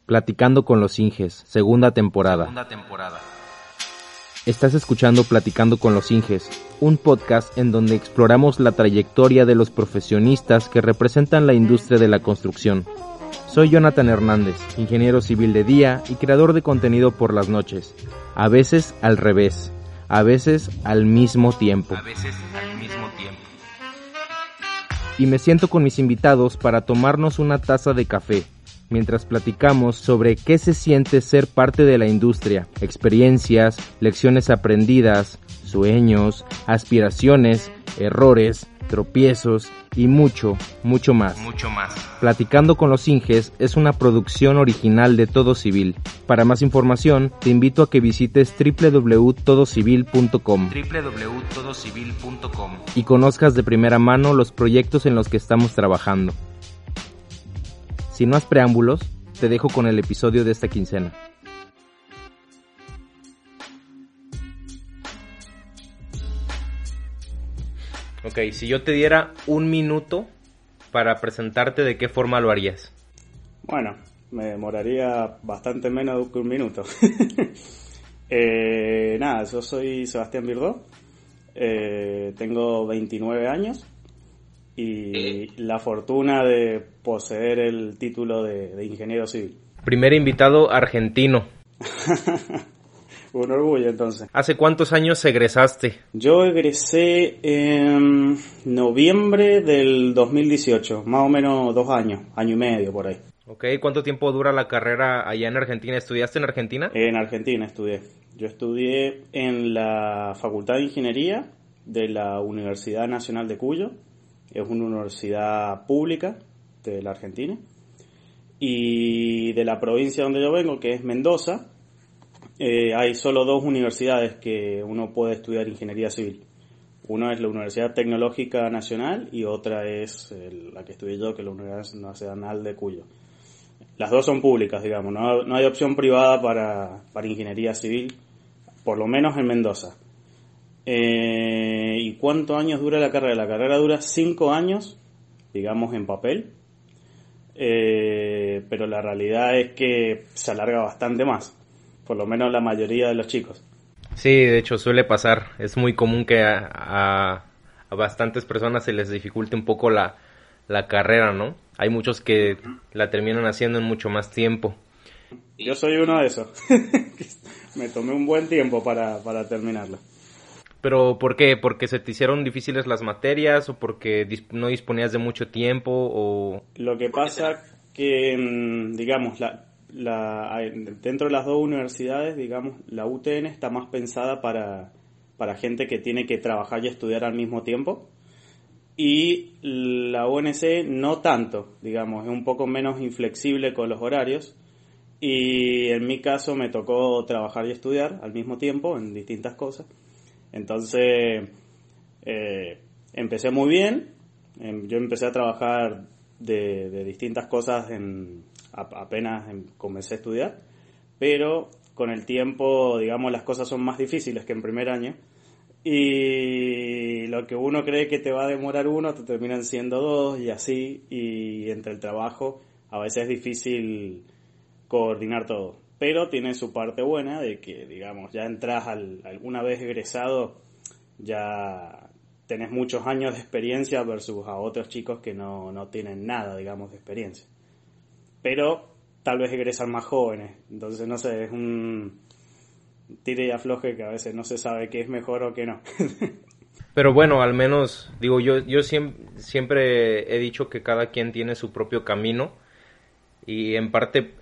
Platicando con los Inges, segunda temporada. Estás escuchando Platicando con los Inges, un podcast en donde exploramos la trayectoria de los profesionistas que representan la industria de la construcción. Soy Jonathan Hernández, ingeniero civil de día y creador de contenido por las noches. A veces al revés, a veces al mismo tiempo. Y me siento con mis invitados para tomarnos una taza de café, mientras platicamos sobre qué se siente ser parte de la industria, experiencias, lecciones aprendidas, sueños, aspiraciones, errores, tropiezos y mucho más. Platicando con los Inges es una producción original de Todo Civil. Para más información, te invito a que visites www.todocivil.com y conozcas de primera mano los proyectos en los que estamos trabajando. Sin más preámbulos, te dejo con el episodio de esta quincena. Ok, si yo te diera un minuto para presentarte, ¿de qué forma lo harías? Bueno, me demoraría bastante menos que un minuto. Yo soy Sebastián Virdó, tengo 29 años y la fortuna de poseer el título de ingeniero civil. Primer invitado argentino. Un orgullo, entonces. ¿Hace cuántos años egresaste? Yo egresé en noviembre del 2018, más o menos 2 años, año y medio por ahí. Ok, ¿cuánto tiempo dura la carrera allá en Argentina? ¿Estudiaste en Argentina? En Argentina estudié. Yo estudié en la Facultad de Ingeniería de la Universidad Nacional de Cuyo. Es una universidad pública de la Argentina. Y de la provincia donde yo vengo, que es Mendoza, hay solo 2 universidades que uno puede estudiar ingeniería civil. Una es la Universidad Tecnológica Nacional y otra es la que estudié yo, que es la Universidad Nacional de Cuyo. Las 2 son públicas, digamos, no hay opción privada para ingeniería civil, por lo menos en Mendoza. ¿Y cuántos años dura la carrera? La carrera dura 5 años, digamos, en papel, pero la realidad es que se alarga bastante más. Por lo menos la mayoría de los chicos. Sí, de hecho suele pasar. Es muy común que a bastantes personas se les dificulte un poco la carrera, ¿no? Hay muchos que la terminan haciendo en mucho más tiempo. Yo soy uno de esos. Me tomé un buen tiempo para terminarla. ¿Pero por qué? ¿Porque se te hicieron difíciles las materias o porque no disponías de mucho tiempo? O lo que pasa que, digamos, dentro de las 2 universidades, digamos, la UTN está más pensada para gente que tiene que trabajar y estudiar al mismo tiempo, y la UNC no tanto, digamos, es un poco menos inflexible con los horarios, y en mi caso me tocó trabajar y estudiar al mismo tiempo en distintas cosas. Entonces empecé muy bien. Yo empecé a trabajar de distintas cosas apenas comencé a estudiar, pero con el tiempo, digamos, las cosas son más difíciles que en primer año, y lo que uno cree que te va a demorar 1 te terminan siendo 2 y así, y entre el trabajo a veces es difícil coordinar todo, pero tiene su parte buena de que, digamos, ya entras alguna vez egresado, ya tenés muchos años de experiencia versus a otros chicos que no tienen nada, digamos, de experiencia. Pero tal vez egresan más jóvenes, entonces no sé, es un tire y afloje que a veces no se sabe qué es mejor o qué no. Pero bueno, al menos, digo, yo siempre he dicho que cada quien tiene su propio camino, y en parte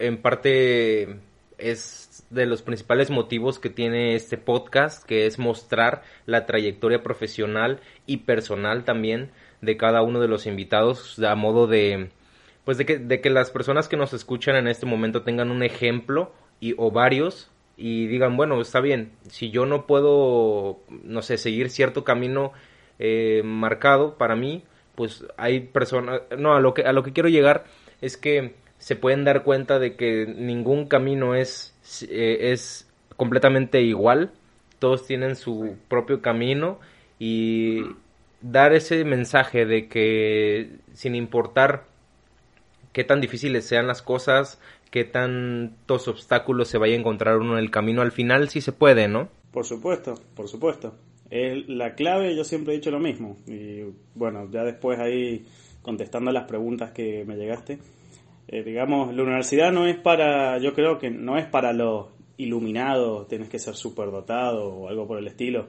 es de los principales motivos que tiene este podcast, que es mostrar la trayectoria profesional y personal también de cada uno de los invitados, a modo de que las personas que nos escuchan en este momento tengan un ejemplo o varios, y digan, bueno, está bien, si yo no puedo, no sé, seguir cierto camino marcado para mí, pues hay personas, a lo que quiero llegar es que se pueden dar cuenta de que ningún camino es completamente igual, todos tienen su propio camino, y dar ese mensaje de que sin importar qué tan difíciles sean las cosas, qué tantos obstáculos se vaya a encontrar uno en el camino, al final sí se puede, ¿no? Por supuesto, por supuesto. Es la clave, yo siempre he dicho lo mismo. Y bueno, ya después ahí contestando a las preguntas que me llegaste, digamos, la universidad no es para, yo creo que no es para los iluminados, tienes que ser superdotado o algo por el estilo,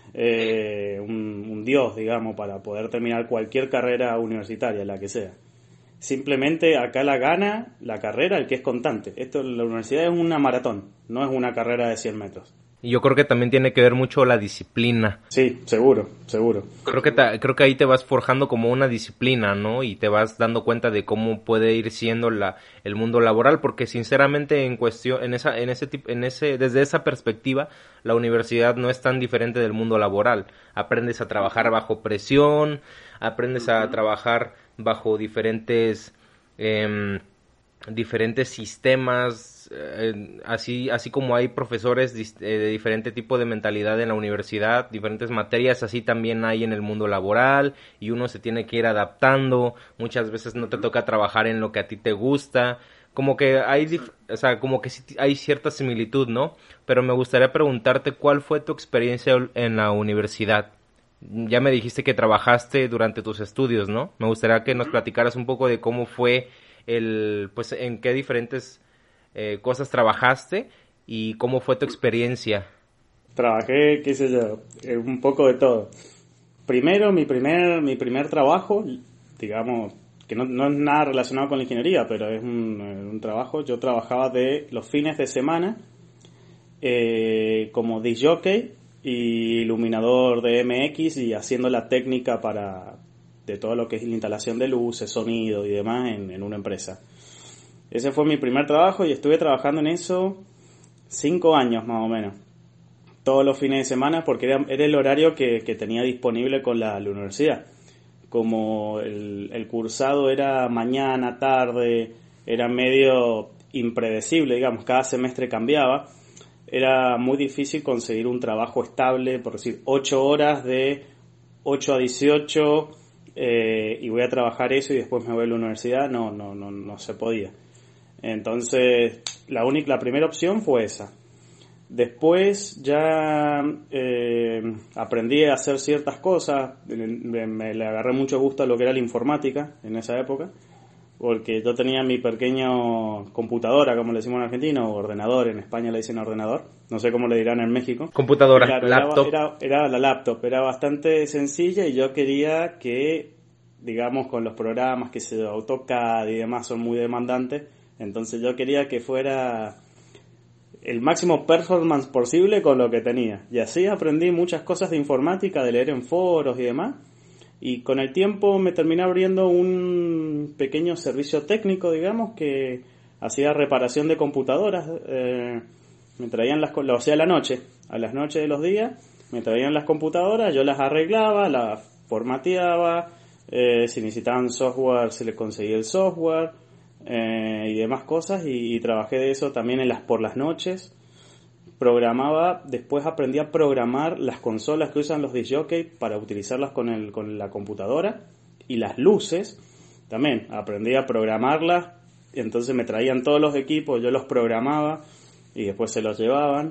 un dios, digamos, para poder terminar cualquier carrera universitaria, la que sea. Simplemente acá la gana la carrera el que es constante. La universidad es una maratón, no es una carrera de 100 metros. Y yo creo que también tiene que ver mucho la disciplina. Sí, seguro, seguro. Creo que ahí te vas forjando como una disciplina, ¿no? Y te vas dando cuenta de cómo puede ir siendo el mundo laboral, porque sinceramente desde esa perspectiva, la universidad no es tan diferente del mundo laboral. Aprendes a trabajar bajo presión, aprendes a trabajar bajo diferentes sistemas, así como hay profesores de diferente tipo de mentalidad en la universidad, diferentes materias, así también hay en el mundo laboral, y uno se tiene que ir adaptando. Muchas veces no te toca trabajar en lo que a ti te gusta, como que como que sí hay cierta similitud, ¿no? Pero me gustaría preguntarte, ¿cuál fue tu experiencia en la universidad? Ya me dijiste que trabajaste durante tus estudios, ¿no? Me gustaría que nos platicaras un poco de cómo fue pues en qué diferentes cosas trabajaste y cómo fue tu experiencia. Trabajé, qué sé yo, un poco de todo. Primero, mi primer trabajo, digamos, que no es nada relacionado con la ingeniería, pero es un trabajo. Yo trabajaba de los fines de semana como disc jockey y iluminador de MX y haciendo la técnica de todo lo que es la instalación de luces, sonido y demás en una empresa. Ese fue mi primer trabajo y estuve trabajando en eso 5 años más o menos. Todos los fines de semana porque era el horario que tenía disponible con la universidad. Como el cursado era mañana, tarde, era medio impredecible, digamos, cada semestre cambiaba. Era muy difícil conseguir un trabajo estable, por decir, 8 horas de 8 a 18 y voy a trabajar eso y después me voy a la universidad. No se podía. Entonces, la primera opción fue esa. Después ya aprendí a hacer ciertas cosas, me le agarré mucho gusto a lo que era la informática en esa época, porque yo tenía mi pequeño computadora, como le decimos en Argentina, o ordenador, en España le dicen ordenador, no sé cómo le dirán en México. Computadora, claro, laptop. Era la laptop, era bastante sencilla y yo quería que, digamos, con los programas que se AutoCAD y demás son muy demandantes, entonces yo quería que fuera el máximo performance posible con lo que tenía. Y así aprendí muchas cosas de informática, de leer en foros y demás. Y con el tiempo me terminé abriendo un pequeño servicio técnico, digamos, que hacía reparación de computadoras. Me traían lo hacía a las noches de los días, me traían las computadoras, yo las arreglaba, las formateaba, si necesitaban software se les conseguía el software, y demás cosas, y trabajé de eso también por las noches. Programaba, después aprendí a programar las consolas que usan los disc jockey para utilizarlas con la computadora, y las luces también aprendí a programarlas. Entonces me traían todos los equipos, yo los programaba y después se los llevaban.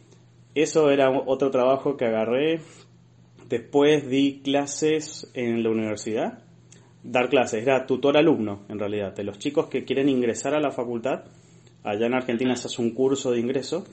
Eso era otro trabajo que agarré. Después di clases en la universidad. Dar clases, era tutor alumno en realidad, de los chicos que quieren ingresar a la facultad. Allá en Argentina se hace un curso de ingreso,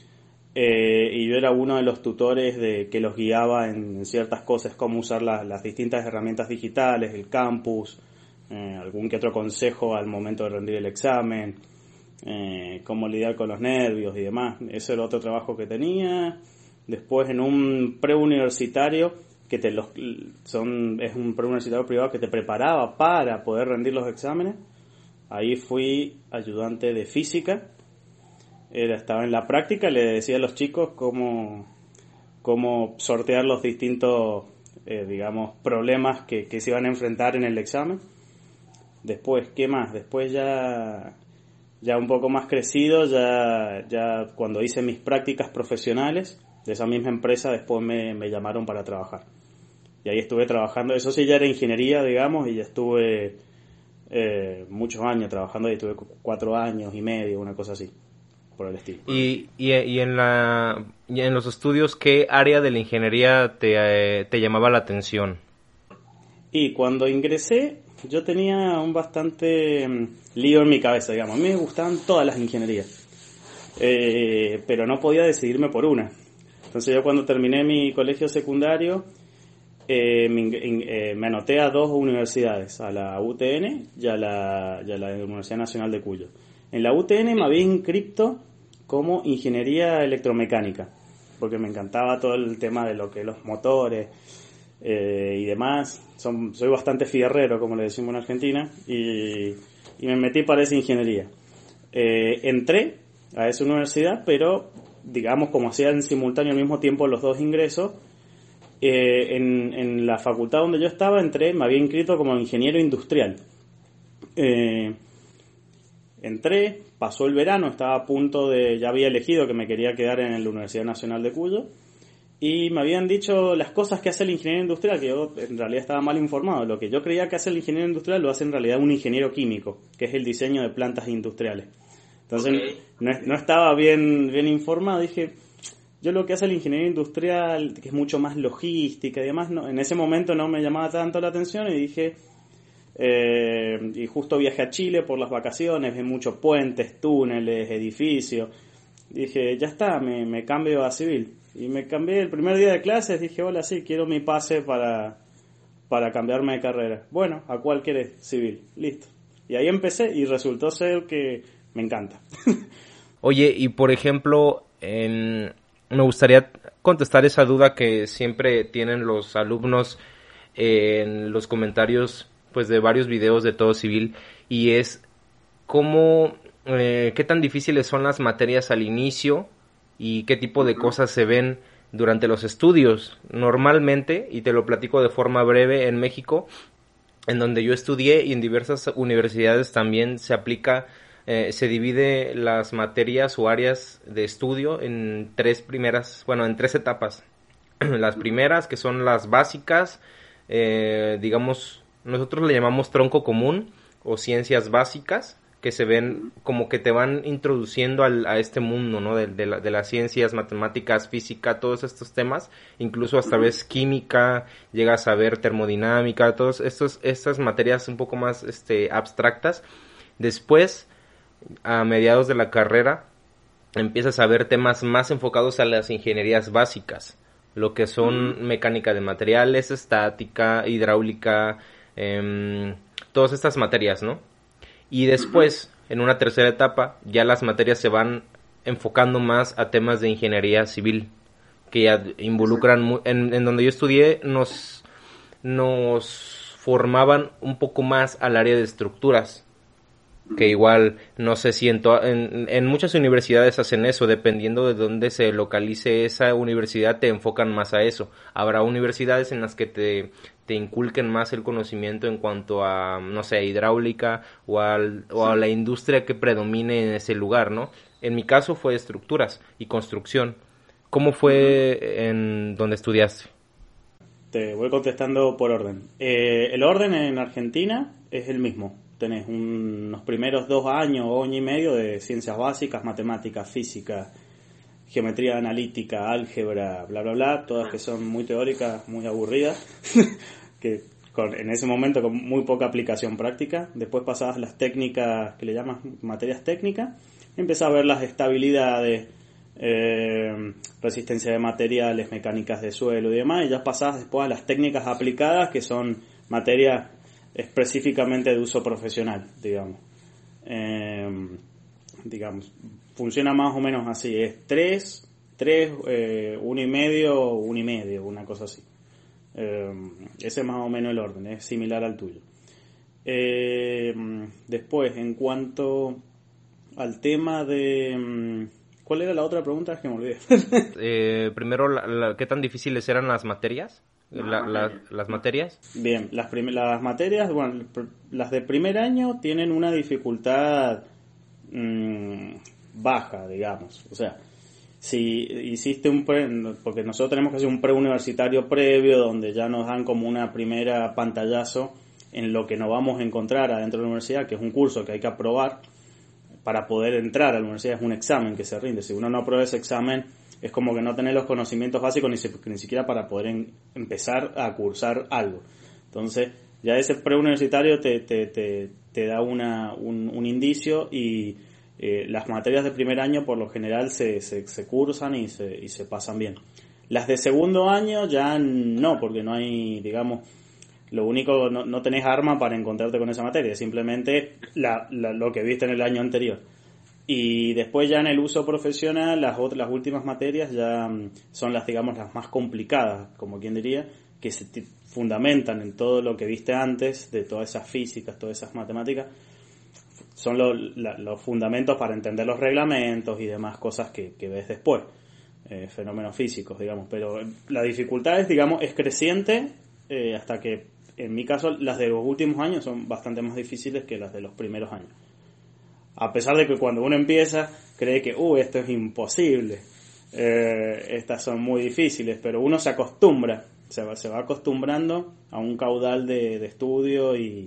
y yo era uno de los tutores que los guiaba en ciertas cosas, cómo usar las distintas herramientas digitales, el campus, algún que otro consejo al momento de rendir el examen, cómo lidiar con los nervios y demás. Ese era otro trabajo que tenía. Después en un preuniversitario es un preuniversitario privado que te preparaba para poder rendir los exámenes. Ahí fui ayudante de física. Estaba en la práctica, le decía a los chicos cómo sortear los distintos, digamos, problemas que se iban a enfrentar en el examen. Después, ¿qué más? Después ya un poco más crecido, ya cuando hice mis prácticas profesionales de esa misma empresa, después me llamaron para trabajar. Y ahí estuve trabajando, eso sí ya era ingeniería, digamos, y ya estuve muchos años trabajando ahí, estuve 4 años y medio, una cosa así, por el estilo. Y en los estudios, ¿qué área de la ingeniería te llamaba la atención? Y cuando ingresé, yo tenía un bastante lío en mi cabeza, digamos. A mí me gustaban todas las ingenierías, pero no podía decidirme por una. Entonces yo cuando terminé mi colegio secundario, me anoté a 2 universidades, a la UTN y a la Universidad Nacional de Cuyo. En la UTN me había inscrito como ingeniería electromecánica, porque me encantaba todo el tema de lo que los motores y demás. Soy bastante fierrero, como le decimos en Argentina, y me metí para esa ingeniería. Entré a esa universidad, pero digamos como hacían en simultáneo al mismo tiempo los 2 ingresos, en la facultad donde yo estaba me había inscrito como ingeniero industrial. Entré, pasó el verano, estaba a punto ya había elegido que me quería quedar en la Universidad Nacional de Cuyo, y me habían dicho las cosas que hace el ingeniero industrial, que yo en realidad estaba mal informado. Lo que yo creía que hace el ingeniero industrial lo hace en realidad un ingeniero químico, que es el diseño de plantas industriales. Entonces no estaba bien informado. Dije, yo lo que hace el ingeniero industrial, que es mucho más logística y demás, en ese momento no me llamaba tanto la atención, y dije, y justo viajé a Chile por las vacaciones, vi muchos puentes, túneles, edificios. Dije, ya está, me cambio a civil. Y me cambié el primer día de clases, dije, hola, sí, quiero mi pase para cambiarme de carrera. Bueno, ¿a cuál querés? Civil, listo. Y ahí empecé y resultó ser que me encanta. Oye, y por ejemplo, me gustaría contestar esa duda que siempre tienen los alumnos en los comentarios, pues, de varios videos de Todo Civil, y es qué tan difíciles son las materias al inicio y qué tipo de cosas se ven durante los estudios. Normalmente, y te lo platico de forma breve, en México, en donde yo estudié y en diversas universidades también se aplica, se divide las materias o áreas de estudio en en 3 etapas. Las primeras, que son las básicas, digamos, nosotros le llamamos tronco común o ciencias básicas, que se ven como que te van introduciendo a este mundo, ¿no? De las ciencias, matemáticas, física, todos estos temas, incluso hasta ves química, llegas a ver termodinámica, todas estas materias un poco más abstractas. Después, a mediados de la carrera, empiezas a ver temas más enfocados a las ingenierías básicas, lo que son mecánica de materiales, estática, hidráulica, todas estas materias, ¿no? Y después, en una tercera etapa, ya las materias se van enfocando más a temas de ingeniería civil, que ya involucran, en donde yo estudié, nos formaban un poco más al área de estructuras, que igual, no sé si en muchas universidades hacen eso, dependiendo de dónde se localice esa universidad, te enfocan más a eso. Habrá universidades en las que te inculquen más el conocimiento en cuanto a, no sé, hidráulica o a la industria que predomine en ese lugar, ¿no? En mi caso fue estructuras y construcción. ¿Cómo fue en donde estudiaste? Te voy contestando por orden. El orden en Argentina es el mismo. Tenés unos primeros 2 años o año y medio de ciencias básicas, matemáticas, física, geometría analítica, álgebra, bla, bla, bla, todas que son muy teóricas, muy aburridas, que en ese momento con muy poca aplicación práctica. Después pasabas las técnicas, que le llamas materias técnicas, y empezás a ver las estabilidades, resistencia de materiales, mecánicas de suelo y demás, y ya pasabas después a las técnicas aplicadas, que son materias específicamente de uso profesional, digamos. Funciona más o menos así, es 3, 1 y medio, una cosa así. Ese es más o menos el orden, es similar al tuyo. Después, en cuanto al tema de... ¿Cuál era la otra pregunta? Es que me olvidé. Primero, ¿qué tan difíciles eran las materias? Las materias. Bien, las materias, bueno, las de primer año tienen una dificultad baja, digamos. O sea, si hiciste porque nosotros tenemos que hacer un preuniversitario previo donde ya nos dan como una primera pantallazo en lo que nos vamos a encontrar adentro de la universidad, que es un curso que hay que aprobar para poder entrar a la universidad, es un examen que se rinde. Si uno no aprueba ese examen, es como que no tener los conocimientos básicos ni siquiera para poder empezar a cursar algo. Entonces, ya ese preuniversitario te da un indicio, y las materias de primer año por lo general se cursan y se pasan bien. Las de segundo año ya no, porque no hay, digamos, lo único, no tenés arma para encontrarte con esa materia, simplemente lo que viste en el año anterior. Y después ya en el uso profesional, las últimas materias ya son las, digamos, las más complicadas, como quien diría, que se fundamentan en todo lo que viste antes, de todas esas físicas, todas esas matemáticas. Son los fundamentos para entender los reglamentos y demás cosas que ves después, fenómenos físicos, digamos. Pero la dificultad es creciente, hasta que, en mi caso, las de los últimos años son bastante más difíciles que las de los primeros años. A pesar de que cuando uno empieza cree que esto es imposible, estas son muy difíciles, pero uno se acostumbra, se va acostumbrando a un caudal de estudio y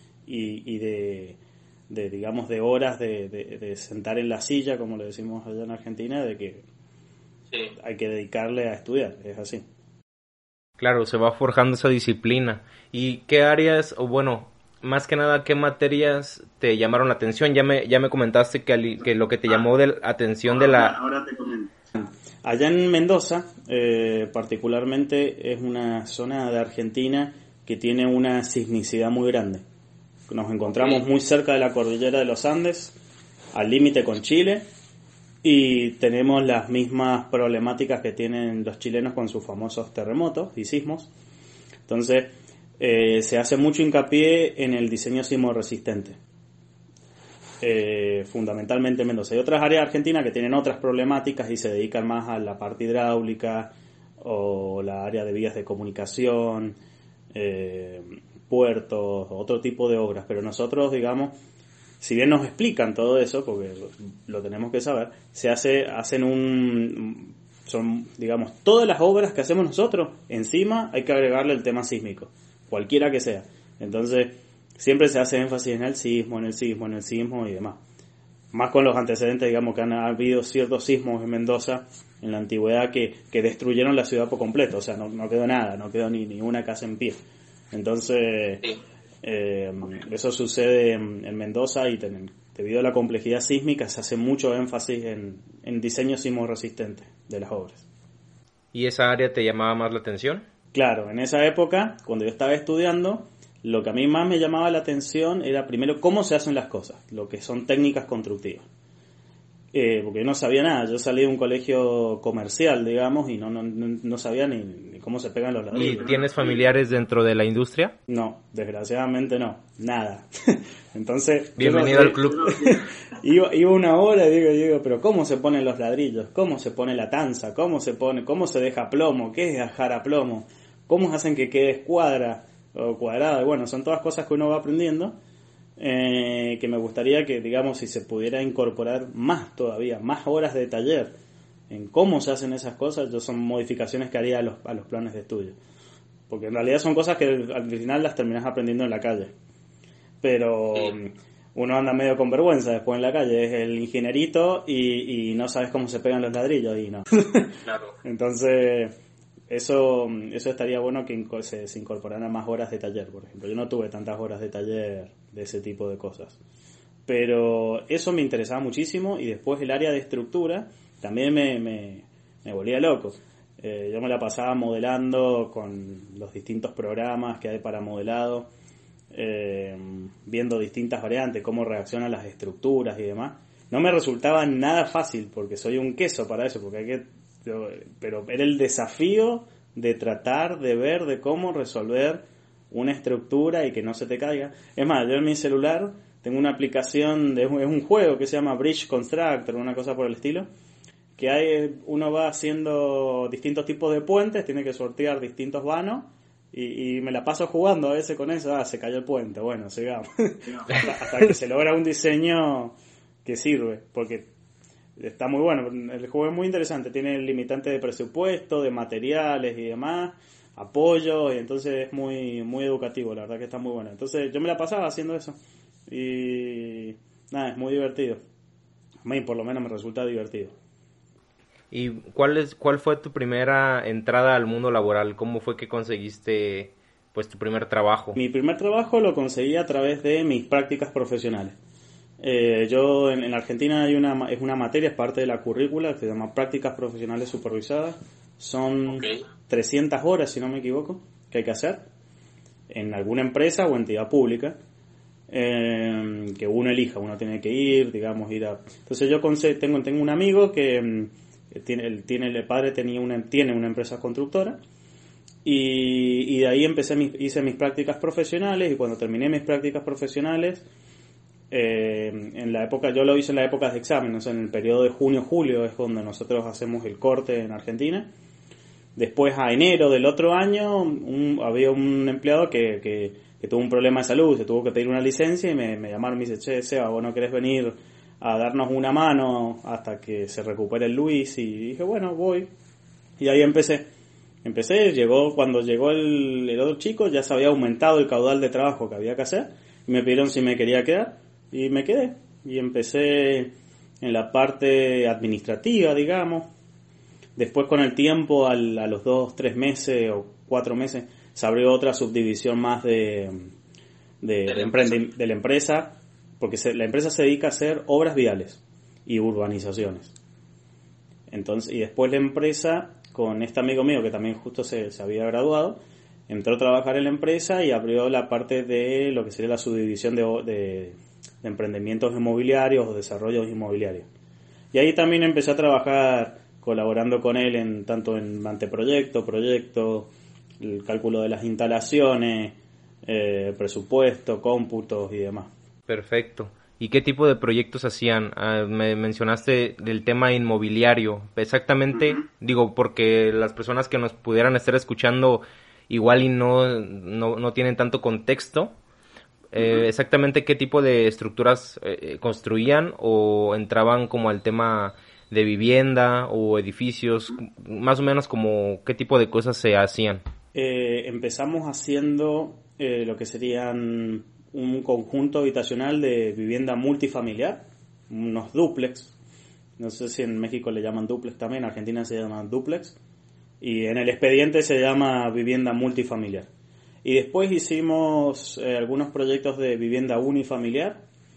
de digamos, de horas de sentar en la silla, como le decimos allá en Argentina, de que sí, hay que dedicarle a estudiar, es así. Claro, se va forjando esa disciplina. ¿Y qué áreas, o bueno, más que nada, qué materias te llamaron la atención? Ya me comentaste que lo que te llamó la atención de la... Ahora te comento. Allá en Mendoza, particularmente, es una zona de Argentina que tiene una sismicidad muy grande. Nos encontramos muy cerca de la cordillera de los Andes, al límite con Chile, y tenemos las mismas problemáticas que tienen los chilenos con sus famosos terremotos y sismos. Entonces, se hace mucho hincapié en el diseño sismo resistente, fundamentalmente en Mendoza. Hay otras áreas de Argentina que tienen otras problemáticas y se dedican más a la parte hidráulica o la área de vías de comunicación, puertos, otro tipo de obras, pero nosotros, digamos, si bien nos explican todo eso, porque lo tenemos que saber, son, digamos, todas las obras que hacemos nosotros, encima hay que agregarle el tema sísmico, cualquiera que sea. Entonces, siempre se hace énfasis en el sismo y demás. Más con los antecedentes, digamos, que han habido ciertos sismos en Mendoza en la antigüedad que destruyeron la ciudad por completo, o sea, no quedó nada, no quedó ni una casa en pie. Entonces, eso sucede en Mendoza, y debido a la complejidad sísmica se hace mucho énfasis en diseño sismo resistente de las obras. ¿Y esa área te llamaba más la atención? Claro, en esa época, cuando yo estaba estudiando, lo que a mí más me llamaba la atención era primero cómo se hacen las cosas, lo que son técnicas constructivas. Porque yo no sabía nada, yo salí de un colegio comercial, digamos, y no sabía ni cómo se pegan los ladrillos. ¿Y tienes familiares dentro de la industria? No, desgraciadamente no, nada. Entonces, bienvenido al club. Iba una hora y digo, pero ¿cómo se ponen los ladrillos? ¿Cómo se pone la tanza? ¿Cómo se deja plomo? ¿Qué es dejar a plomo? ¿Cómo hacen que quede escuadra o cuadrada? Bueno, son todas cosas que uno va aprendiendo, que me gustaría que, digamos, si se pudiera incorporar más todavía, más horas de taller en cómo se hacen esas cosas. Son modificaciones que haría a los planes de estudio, porque en realidad son cosas que al final las terminas aprendiendo en la calle, pero uno anda medio con vergüenza después en la calle, es el ingenierito y no sabes cómo se pegan los ladrillos y no. Claro. Entonces eso estaría bueno, que se incorporaran más horas de taller, por ejemplo. Yo no tuve tantas horas de taller de ese tipo de cosas, pero eso me interesaba muchísimo. Y después el área de estructura también me volvía loco. Yo me la pasaba modelando con los distintos programas que hay para modelado, viendo distintas variantes, cómo reaccionan las estructuras y demás. No me resultaba nada fácil, porque soy un queso para eso, pero era el desafío de tratar de ver de cómo resolver una estructura y que no se te caiga. Es más, yo en mi celular tengo una aplicación, es un juego que se llama Bridge Constructor, una cosa por el estilo, que uno va haciendo distintos tipos de puentes, tiene que sortear distintos vanos, y me la paso jugando a veces con eso. Se cayó el puente, bueno, sigamos. hasta que se logra un diseño que sirve, porque está muy bueno. El juego es muy interesante, tiene el limitante de presupuesto, de materiales y demás, apoyo, y entonces es muy, muy educativo, la verdad que está muy bueno. Entonces yo me la pasaba haciendo eso y nada, es muy divertido. A mí por lo menos me resulta divertido. ¿Y cuál fue tu primera entrada al mundo laboral? ¿Cómo fue que conseguiste pues tu primer trabajo? Mi primer trabajo lo conseguí a través de mis prácticas profesionales. Yo en Argentina es una materia, es parte de la currícula, que se llama Prácticas Profesionales Supervisadas. Son 300 horas, si no me equivoco, que hay que hacer en alguna empresa o entidad pública, que uno elija, uno tiene que ir, digamos, Entonces yo tengo un amigo que el padre tiene una empresa constructora, y de ahí hice mis prácticas profesionales, y cuando terminé mis prácticas profesionales, yo lo hice en la época de exámenes, o sea, en el periodo de junio-julio es donde nosotros hacemos el corte en Argentina. Después, a enero del otro año, había un empleado que tuvo un problema de salud, se tuvo que pedir una licencia, y me llamaron y me dice: che, Seba, ¿vos no querés venir a darnos una mano hasta que se recupere el Luis? Y dije, bueno, voy. Y ahí empecé, cuando llegó el otro chico, ya se había aumentado el caudal de trabajo que había que hacer, y me pidieron si me quería quedar, y me quedé, y empecé en la parte administrativa, digamos. Después, con el tiempo, a los 2, 3 meses o 4 meses, se abrió otra subdivisión más de la empresa, porque la empresa se dedica a hacer obras viales y urbanizaciones. Entonces, y después la empresa, con este amigo mío que también justo se había graduado, entró a trabajar en la empresa y abrió la parte de lo que sería la subdivisión de emprendimientos inmobiliarios o desarrollos inmobiliarios. Y ahí también empecé a trabajar colaborando con él tanto en anteproyecto, proyecto, el cálculo de las instalaciones, presupuesto, cómputos y demás. Perfecto. ¿Y qué tipo de proyectos hacían? Me mencionaste del tema inmobiliario. Exactamente, digo, porque las personas que nos pudieran estar escuchando igual y no tienen tanto contexto. Exactamente qué tipo de estructuras construían, o entraban como al tema de vivienda o edificios, más o menos como qué tipo de cosas se hacían. Empezamos haciendo lo que serían un conjunto habitacional de vivienda multifamiliar, unos dúplex. No sé si en México le llaman dúplex también, en Argentina se llama dúplex, y en el expediente se llama vivienda multifamiliar. Y después hicimos algunos proyectos de vivienda unifamiliar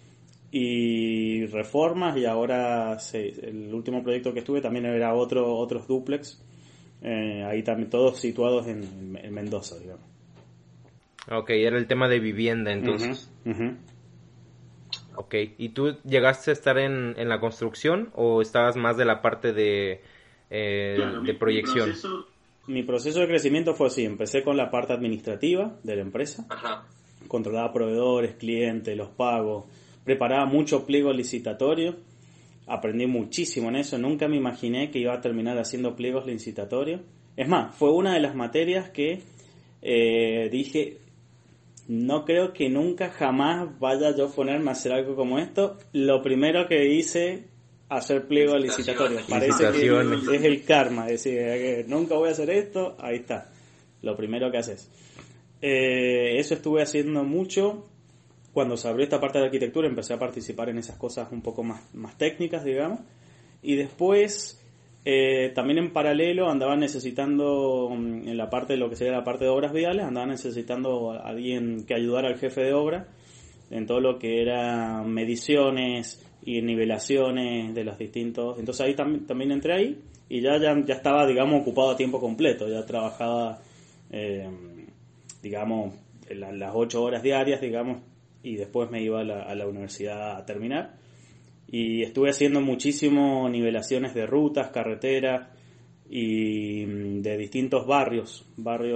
y reformas, y ahora el último proyecto que estuve también era otros dúplex, ahí también todos situados en Mendoza, digamos. Ok, era el tema de vivienda entonces. Ok, ¿y tú llegaste a estar en la construcción o estabas más de la parte de proyección? Mi proceso de crecimiento fue así: empecé con la parte administrativa de la empresa, controlaba proveedores, clientes, los pagos, preparaba mucho pliego licitatorio, aprendí muchísimo en eso, nunca me imaginé que iba a terminar haciendo pliegos licitatorios. Es más, fue una de las materias que dije, no creo que nunca jamás vaya yo a ponerme a hacer algo como esto. Lo primero que hice, hacer pliego licitatorio. Parece que es el karma, es decir, que nunca voy a hacer esto, ahí está, lo primero que haces. Eso estuve haciendo mucho. Cuando se abrió esta parte de arquitectura empecé a participar en esas cosas un poco más técnicas, digamos. Y después, también en paralelo, andaba necesitando, en la parte de lo que sería la parte de obras viales, andaba necesitando a alguien que ayudara al jefe de obra en todo lo que era mediciones y nivelaciones de los distintos. Entonces ahí también entré ahí, y ya estaba, digamos, ocupado a tiempo completo. Ya trabajaba, digamos, las 8 horas diarias, digamos, y después me iba a la universidad a terminar. Y estuve haciendo muchísimo nivelaciones de rutas, carreteras y de distintos barrios,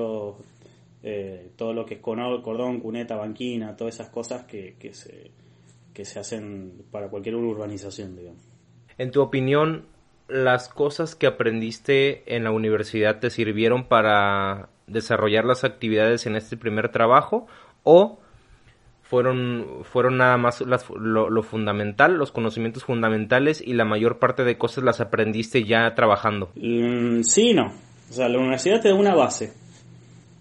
todo lo que es Cordón, Cuneta, Banquina, todas esas cosas que se hacen para cualquier urbanización, digamos. En tu opinión, ¿las cosas que aprendiste en la universidad te sirvieron para desarrollar las actividades en este primer trabajo, o fueron nada más lo fundamental, los conocimientos fundamentales, y la mayor parte de cosas las aprendiste ya trabajando? Sí y no. O sea, la universidad te da una base.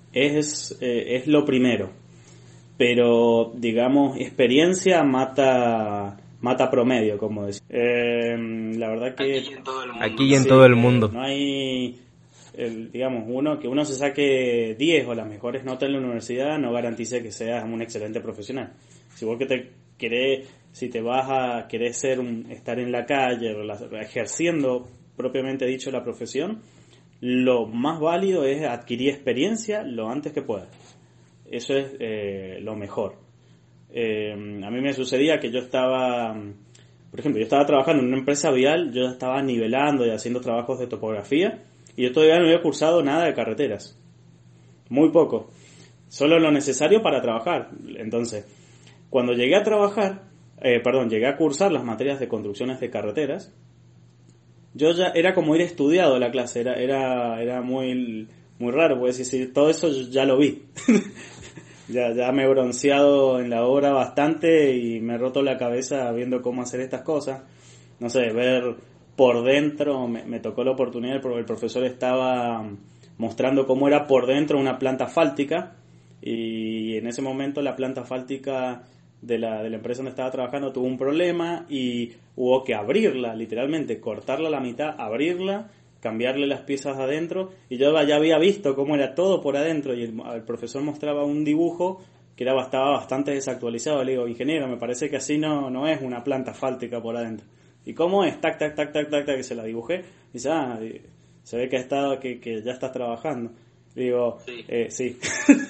es lo primero, pero digamos experiencia mata promedio, como decía. La verdad que aquí y en todo el mundo. No hay, digamos, que uno se saque 10 o las mejores notas en la universidad no garantiza que seas un excelente profesional. Si vos si te vas a querer estar en la calle, ejerciendo propiamente dicho la profesión, lo más válido es adquirir experiencia lo antes que puedas. Eso es lo mejor. A mí me sucedía que por ejemplo, yo estaba trabajando en una empresa vial, yo estaba nivelando y haciendo trabajos de topografía, y yo todavía no había cursado nada de carreteras. Muy poco. Solo lo necesario para trabajar. Entonces, cuando llegué a cursar las materias de construcciones de carreteras, yo ya era como ir estudiado la clase, era muy, muy raro, porque decir, todo eso ya lo vi. Ya me he bronceado en la obra bastante y me he roto la cabeza viendo cómo hacer estas cosas. No sé, ver por dentro, me tocó la oportunidad, porque el profesor estaba mostrando cómo era por dentro una planta asfáltica, y en ese momento la planta asfáltica de la empresa donde estaba trabajando tuvo un problema y hubo que abrirla, literalmente, cortarla a la mitad, abrirla, cambiarle las piezas adentro, y yo ya había visto cómo era todo por adentro, y el profesor mostraba un dibujo que estaba bastante desactualizado. Le digo, ingeniero, me parece que así no es una planta asfáltica por adentro. ¿Y cómo es? Tac, tac, tac, tac, tac, tac, que se la dibujé. Y dice, se ve que ya estás trabajando. Le digo, sí.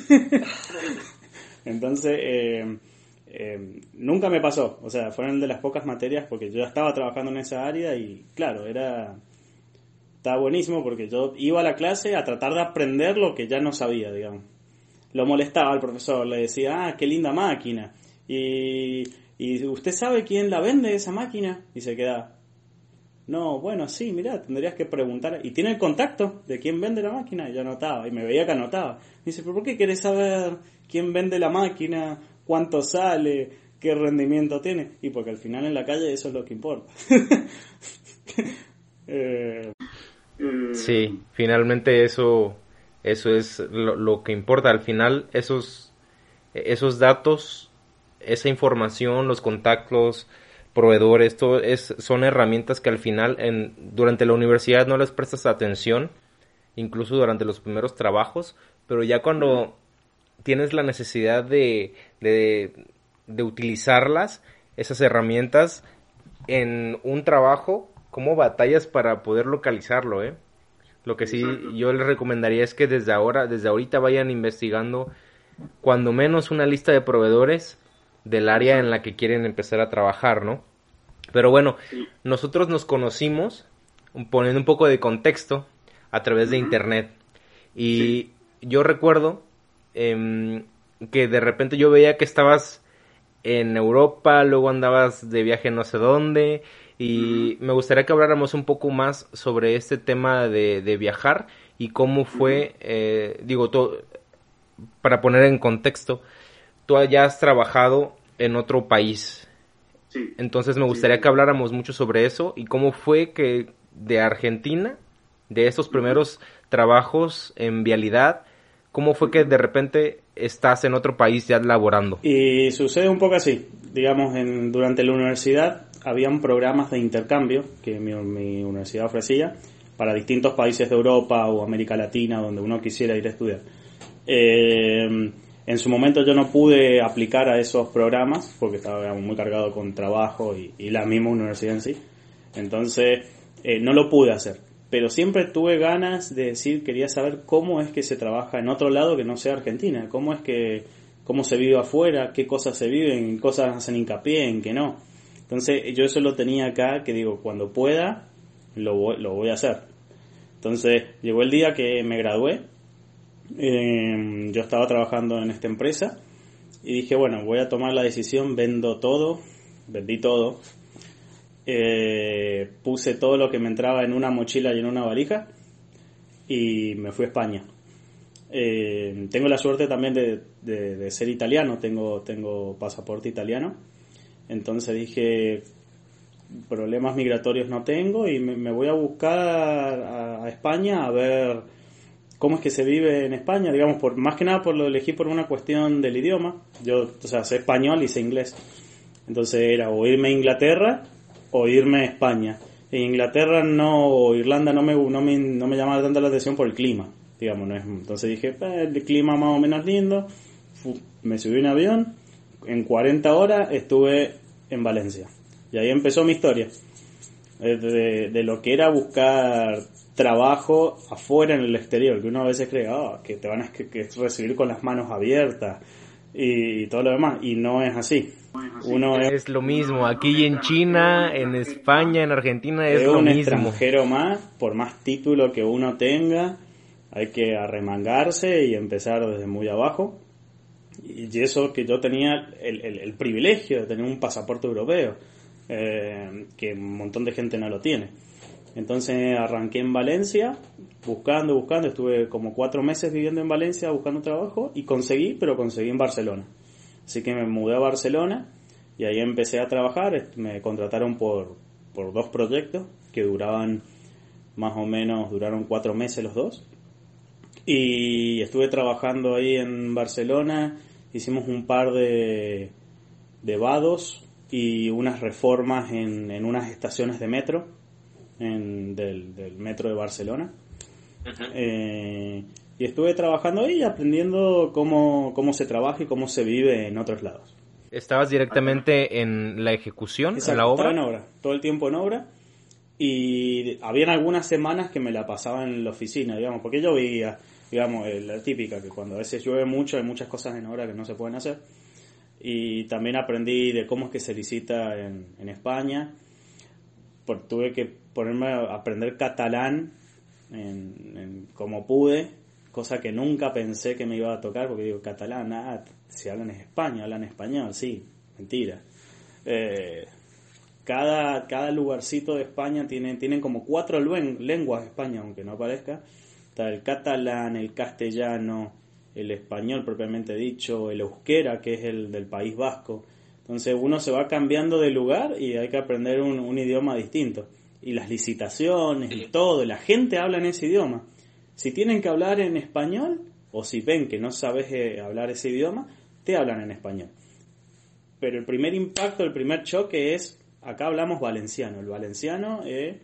Entonces, nunca me pasó. O sea, fueron de las pocas materias, porque yo ya estaba trabajando en esa área y, claro, estaba buenísimo, porque yo iba a la clase a tratar de aprender lo que ya no sabía, digamos. Lo molestaba al profesor, le decía, qué linda máquina. ¿Y usted sabe quién la vende esa máquina? Y se queda, no, bueno, sí, mirá, tendrías que preguntar. ¿Y tiene el contacto de quién vende la máquina? Y yo anotaba, y me veía que anotaba. Me dice, ¿pero por qué querés saber quién vende la máquina? ¿Cuánto sale? ¿Qué rendimiento tiene? Y porque al final en la calle eso es lo que importa. Sí, finalmente eso es lo que importa. Al final esos datos, esa información, los contactos, proveedores, son herramientas que al final durante la universidad no les prestas atención, incluso durante los primeros trabajos, pero ya cuando tienes la necesidad de utilizarlas, esas herramientas en un trabajo, ¿cómo batallas para poder localizarlo, eh? Lo que sí yo les recomendaría es que desde ahorita vayan investigando cuando menos una lista de proveedores del área en la que quieren empezar a trabajar, ¿no? Pero bueno, nosotros nos conocimos, poniendo un poco de contexto, a través de internet. Y yo recuerdo que de repente yo veía que estabas en Europa, luego andabas de viaje no sé dónde, y me gustaría que habláramos un poco más sobre este tema de viajar y cómo fue, para poner en contexto, tú ya has trabajado en otro país. Sí. Entonces me gustaría que habláramos mucho sobre eso y cómo fue que de Argentina, de estos primeros trabajos en vialidad, cómo fue que de repente estás en otro país ya laborando. Y sucede un poco así. Digamos, durante la universidad habían programas de intercambio que mi universidad ofrecía para distintos países de Europa o América Latina donde uno quisiera ir a estudiar. En su momento yo no pude aplicar a esos programas porque estaba muy cargado con trabajo y la misma universidad en sí. Entonces no lo pude hacer. Pero siempre tuve ganas de decir, quería saber cómo es que se trabaja en otro lado que no sea Argentina. Cómo se vive afuera, qué cosas se viven, qué cosas hacen hincapié, en qué no. Entonces yo eso lo tenía acá, que digo, cuando pueda lo voy a hacer. Entonces llegó el día que me gradué. Yo estaba trabajando en esta empresa y dije, bueno, voy a tomar la decisión, vendí todo, puse todo lo que me entraba en una mochila y en una valija y me fui a España. Tengo la suerte también de ser italiano, tengo pasaporte italiano, entonces dije, problemas migratorios no tengo y me voy a buscar a España a ver cómo es que se vive en España, digamos, más que nada lo elegí por una cuestión del idioma. Yo, o sea, sé español y sé inglés. Entonces era o irme a Inglaterra o irme a España. En Inglaterra o Irlanda no me llamaba tanto la atención por el clima, digamos, no es, entonces dije, el clima más o menos lindo, me subí a un avión, en 40 horas estuve en Valencia. Y ahí empezó mi historia, de lo que era buscar trabajo afuera en el exterior, que uno a veces cree que te van a recibir con las manos abiertas y todo lo demás, y no es así. Es lo mismo, aquí en China, en España, en Argentina es lo un mismo. Extranjero más, por más título que uno tenga, hay que arremangarse y empezar desde muy abajo. Y eso que yo tenía el privilegio de tener un pasaporte europeo, que un montón de gente no lo tiene. Entonces arranqué en Valencia, buscando, estuve como 4 meses viviendo en Valencia buscando trabajo y conseguí en Barcelona. Así que me mudé a Barcelona y ahí empecé a trabajar. Me contrataron por 2 proyectos que duraron 4 meses los dos. Y estuve trabajando ahí en Barcelona, hicimos un par de vados y unas reformas en unas estaciones de metro, del metro de Barcelona. Y estuve trabajando ahí y aprendiendo cómo se trabaja y cómo se vive en otros lados. ¿Estabas directamente en la ejecución, Exacto, en la obra? Estaba en obra, todo el tiempo en obra. Y habían algunas semanas que me la pasaba en la oficina, digamos, porque yo veía, digamos, la típica, que cuando a veces llueve mucho hay muchas cosas en obra que no se pueden hacer. Y también aprendí de cómo es que se licita en España. Tuve que ponerme a aprender catalán como pude, cosa que nunca pensé que me iba a tocar, porque digo, catalán, si hablan en España, hablan español, sí, mentira. Cada lugarcito de España tienen como 4 lenguas de España, aunque no parezca. Está el catalán, el castellano, el español propiamente dicho, el euskera, que es el del País Vasco. Entonces uno se va cambiando de lugar y hay que aprender un idioma distinto. Y las licitaciones y todo, la gente habla en ese idioma. Si tienen que hablar en español, o si ven que no sabes hablar ese idioma, te hablan en español. Pero el primer impacto, el primer choque es, acá hablamos valenciano. El valenciano el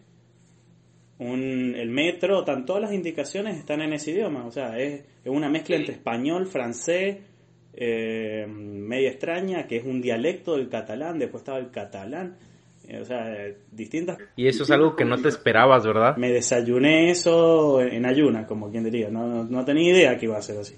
metro, todas las indicaciones están en ese idioma. O sea, es una mezcla entre español, francés, media extraña, que es un dialecto del catalán, después estaba el catalán. O sea, distintas. Y eso es algo que no te esperabas, ¿verdad? Me desayuné eso en ayunas, como quien diría. No tenía idea que iba a ser así.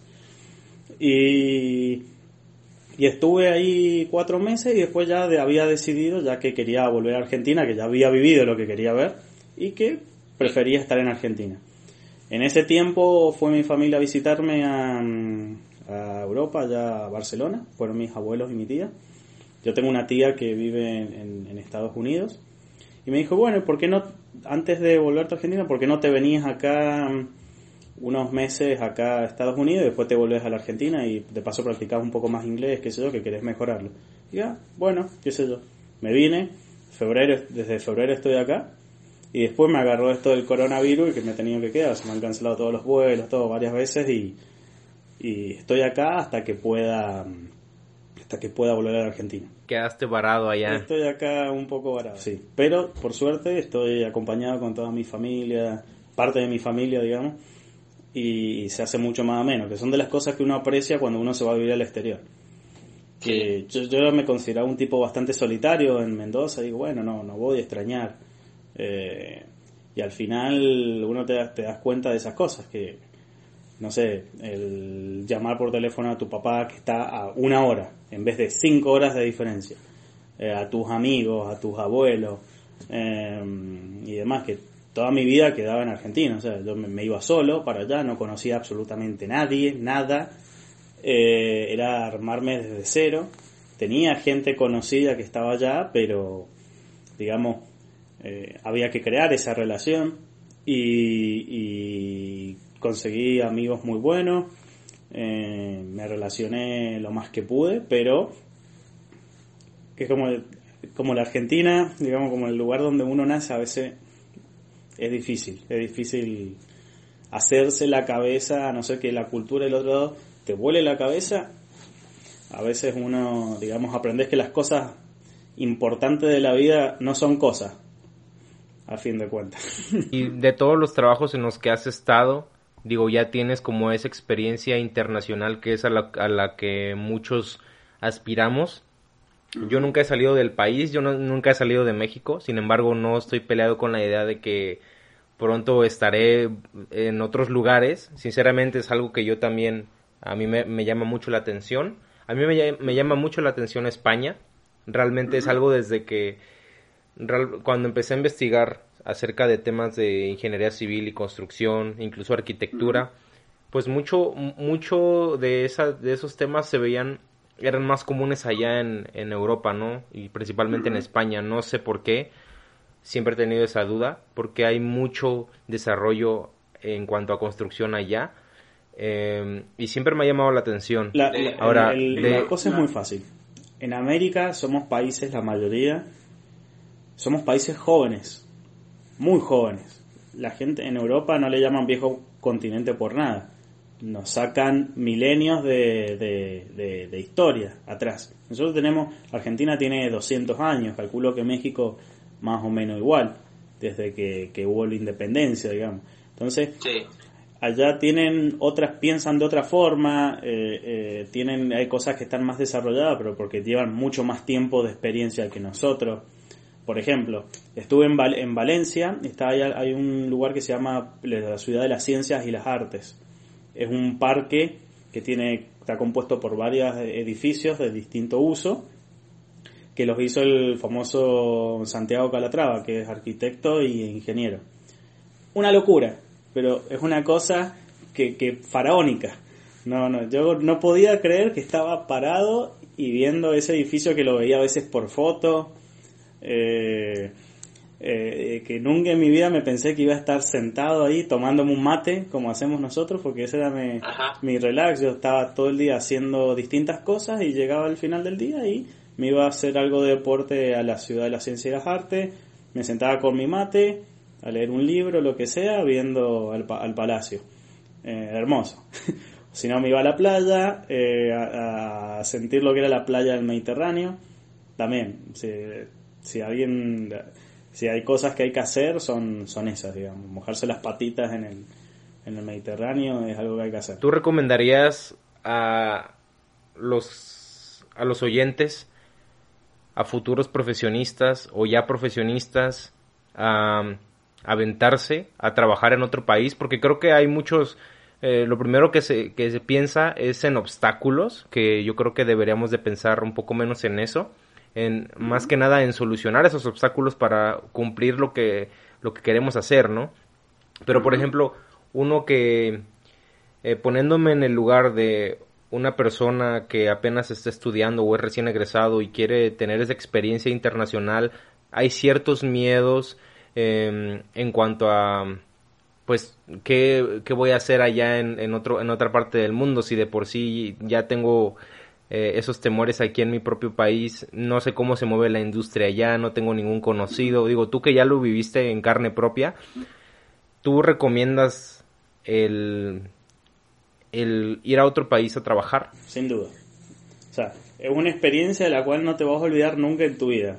Y estuve ahí 4 meses y después ya había decidido ya que quería volver a Argentina, que ya había vivido lo que quería ver y que prefería estar en Argentina. En ese tiempo fue mi familia a visitarme a Europa, ya a Barcelona. Fueron mis abuelos y mi tía. Yo tengo una tía que vive en Estados Unidos y me dijo, bueno, ¿por qué no, antes de volverte a Argentina, por qué no te venías acá unos meses acá a Estados Unidos y después te volvés a la Argentina y de paso practicás un poco más inglés, qué sé yo, que querés mejorarlo? Y bueno, qué sé yo. Me vine, desde febrero estoy acá y después me agarró esto del coronavirus y que me he tenido que quedar. Se me han cancelado todos los vuelos, todo varias veces y estoy acá hasta que pueda volver a la Argentina. Quedaste varado allá. Estoy acá un poco varado, sí. Pero, por suerte, estoy acompañado con toda mi familia, parte de mi familia, digamos, y se hace mucho más ameno, que son de las cosas que uno aprecia cuando uno se va a vivir al exterior. Que yo me consideraba un tipo bastante solitario en Mendoza, digo, bueno, no voy a extrañar. Y al final uno te das cuenta de esas cosas, que no sé, el llamar por teléfono a tu papá que está a 1 hora en vez de 5 horas de diferencia, a tus amigos, a tus abuelos y demás, que toda mi vida quedaba en Argentina. O sea, yo me iba solo para allá, no conocía absolutamente nadie, nada, era armarme desde cero. Tenía gente conocida que estaba allá, pero digamos, había que crear esa relación y conseguí amigos muy buenos, me relacioné lo más que pude, pero es como la Argentina, digamos, como el lugar donde uno nace, a veces es difícil hacerse la cabeza, a no ser que la cultura del otro lado te vuele la cabeza. A veces uno, digamos, aprendes que las cosas importantes de la vida no son cosas, a fin de cuentas. Y de todos los trabajos en los que has estado, digo, ya tienes como esa experiencia internacional que es a la que muchos aspiramos. Yo nunca he salido del país, nunca he salido de México, sin embargo no estoy peleado con la idea de que pronto estaré en otros lugares. Sinceramente es algo que yo también, a mí me llama mucho la atención. A mí me llama mucho la atención España. Realmente es algo desde que cuando empecé a investigar acerca de temas de ingeniería civil y construcción, incluso arquitectura, pues mucho de esos temas eran más comunes allá en Europa, ¿no? Y principalmente en España. No sé por qué, siempre he tenido esa duda, porque hay mucho desarrollo en cuanto a construcción allá, y siempre me ha llamado la atención. La cosa es muy fácil. En América somos países, la mayoría, somos países jóvenes, muy jóvenes. La gente en Europa no le llaman viejo continente por nada. Nos sacan milenios de historia atrás. Nosotros Argentina tiene 200 años, calculo que México más o menos igual, desde que hubo la independencia, digamos. Entonces, sí. Allá piensan de otra forma, hay cosas que están más desarrolladas, pero porque llevan mucho más tiempo de experiencia que nosotros. Por ejemplo, estuve en Valencia, hay un lugar que se llama la Ciudad de las Ciencias y las Artes. Es un parque que está compuesto por varios edificios de distinto uso, que los hizo el famoso Santiago Calatrava, que es arquitecto y ingeniero. Una locura, pero es una cosa que faraónica. Yo no podía creer que estaba parado y viendo ese edificio que lo veía a veces por foto, que nunca en mi vida me pensé que iba a estar sentado ahí tomándome un mate como hacemos nosotros, porque ese era mi relax. Yo estaba todo el día haciendo distintas cosas y llegaba al final del día y me iba a hacer algo de deporte a la Ciudad de la Ciencia y las Artes, me sentaba con mi mate a leer un libro, lo que sea, viendo al palacio. Hermoso. Si no, me iba a la playa, a sentir lo que era la playa del Mediterráneo. También, si hay cosas que hay que hacer, son esas, digamos. Mojarse las patitas en el Mediterráneo es algo que hay que hacer. ¿Tú recomendarías a los oyentes, a futuros profesionistas o ya profesionistas, a aventarse a trabajar en otro país? Porque creo que hay muchos, lo primero que se piensa es en obstáculos, que yo creo que deberíamos de pensar un poco menos en eso, más que nada en solucionar esos obstáculos para cumplir lo que queremos hacer, ¿no? Pero por ejemplo, uno que poniéndome en el lugar de una persona que apenas está estudiando o es recién egresado y quiere tener esa experiencia internacional, hay ciertos miedos en cuanto a, pues, ¿qué voy a hacer allá en otra parte del mundo? Si de por sí ya tengo esos temores aquí en mi propio país, no sé cómo se mueve la industria allá, no tengo ningún conocido. Digo, tú que ya lo viviste en carne propia, ¿tú recomiendas el ir a otro país a trabajar? Sin duda. O sea, es una experiencia de la cual no te vas a olvidar nunca en tu vida.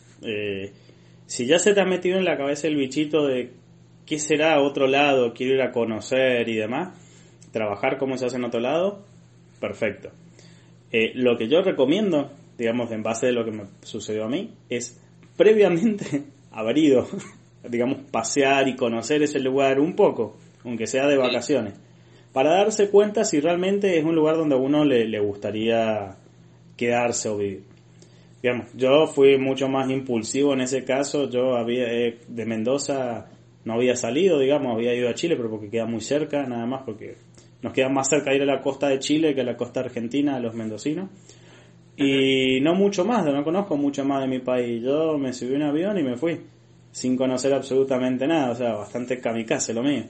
Si ya se te ha metido en la cabeza el bichito de qué será otro lado, quiero ir a conocer y demás, trabajar como se hace en otro lado, perfecto. Lo que yo recomiendo, digamos, en base de lo que me sucedió a mí, es previamente haber ido, digamos, pasear y conocer ese lugar un poco, aunque sea de vacaciones, para darse cuenta si realmente es un lugar donde a uno le gustaría quedarse o vivir. Digamos, yo fui mucho más impulsivo en ese caso. Yo de Mendoza no había salido, digamos, había ido a Chile, pero porque queda muy cerca, nada más, porque nos queda más cerca ir a la costa de Chile que a la costa argentina, a los mendocinos. Y no mucho más, no conozco mucho más de mi país. Yo me subí a un avión y me fui, sin conocer absolutamente nada, o sea, bastante kamikaze lo mío.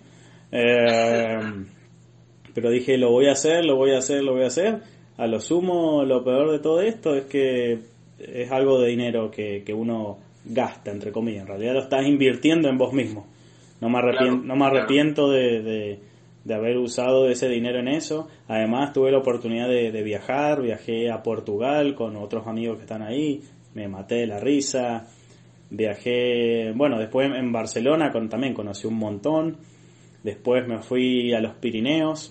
Pero dije, lo voy a hacer. A lo sumo, lo peor de todo esto es que es algo de dinero que uno gasta, entre comillas. En realidad lo estás invirtiendo en vos mismo. Claro, no me arrepiento de haber usado ese dinero en eso. Además tuve la oportunidad de viajar, viajé a Portugal con otros amigos que están ahí, me maté de la risa. Viajé, bueno, después en Barcelona también conocí un montón. Después me fui a los Pirineos.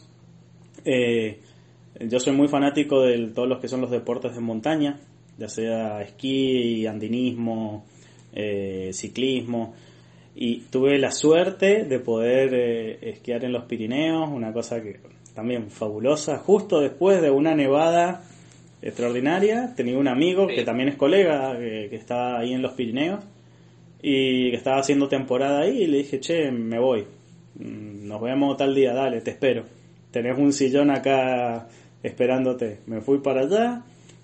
Yo soy muy fanático de todos los que son los deportes de montaña, ya sea esquí, andinismo, ciclismo. Y tuve la suerte de poder esquiar en los Pirineos, una cosa que también fabulosa. Justo después de una nevada extraordinaria, tenía un amigo que también es colega, que estaba ahí en los Pirineos y que estaba haciendo temporada ahí, y le dije, che, me voy, nos vemos tal día, dale, te espero, tenés un sillón acá esperándote. Me fui para allá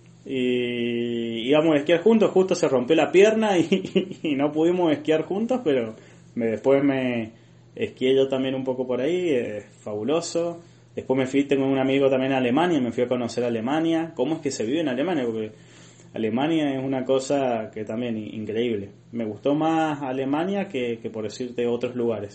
y íbamos a esquiar juntos, justo se rompió la pierna y no pudimos esquiar juntos, pero después me esquié yo también un poco por ahí, fabuloso. Después tengo un amigo también en Alemania, me fui a conocer Alemania. ¿Cómo es que se vive en Alemania? Porque Alemania es una cosa que también increíble. Me gustó más Alemania que por decirte otros lugares.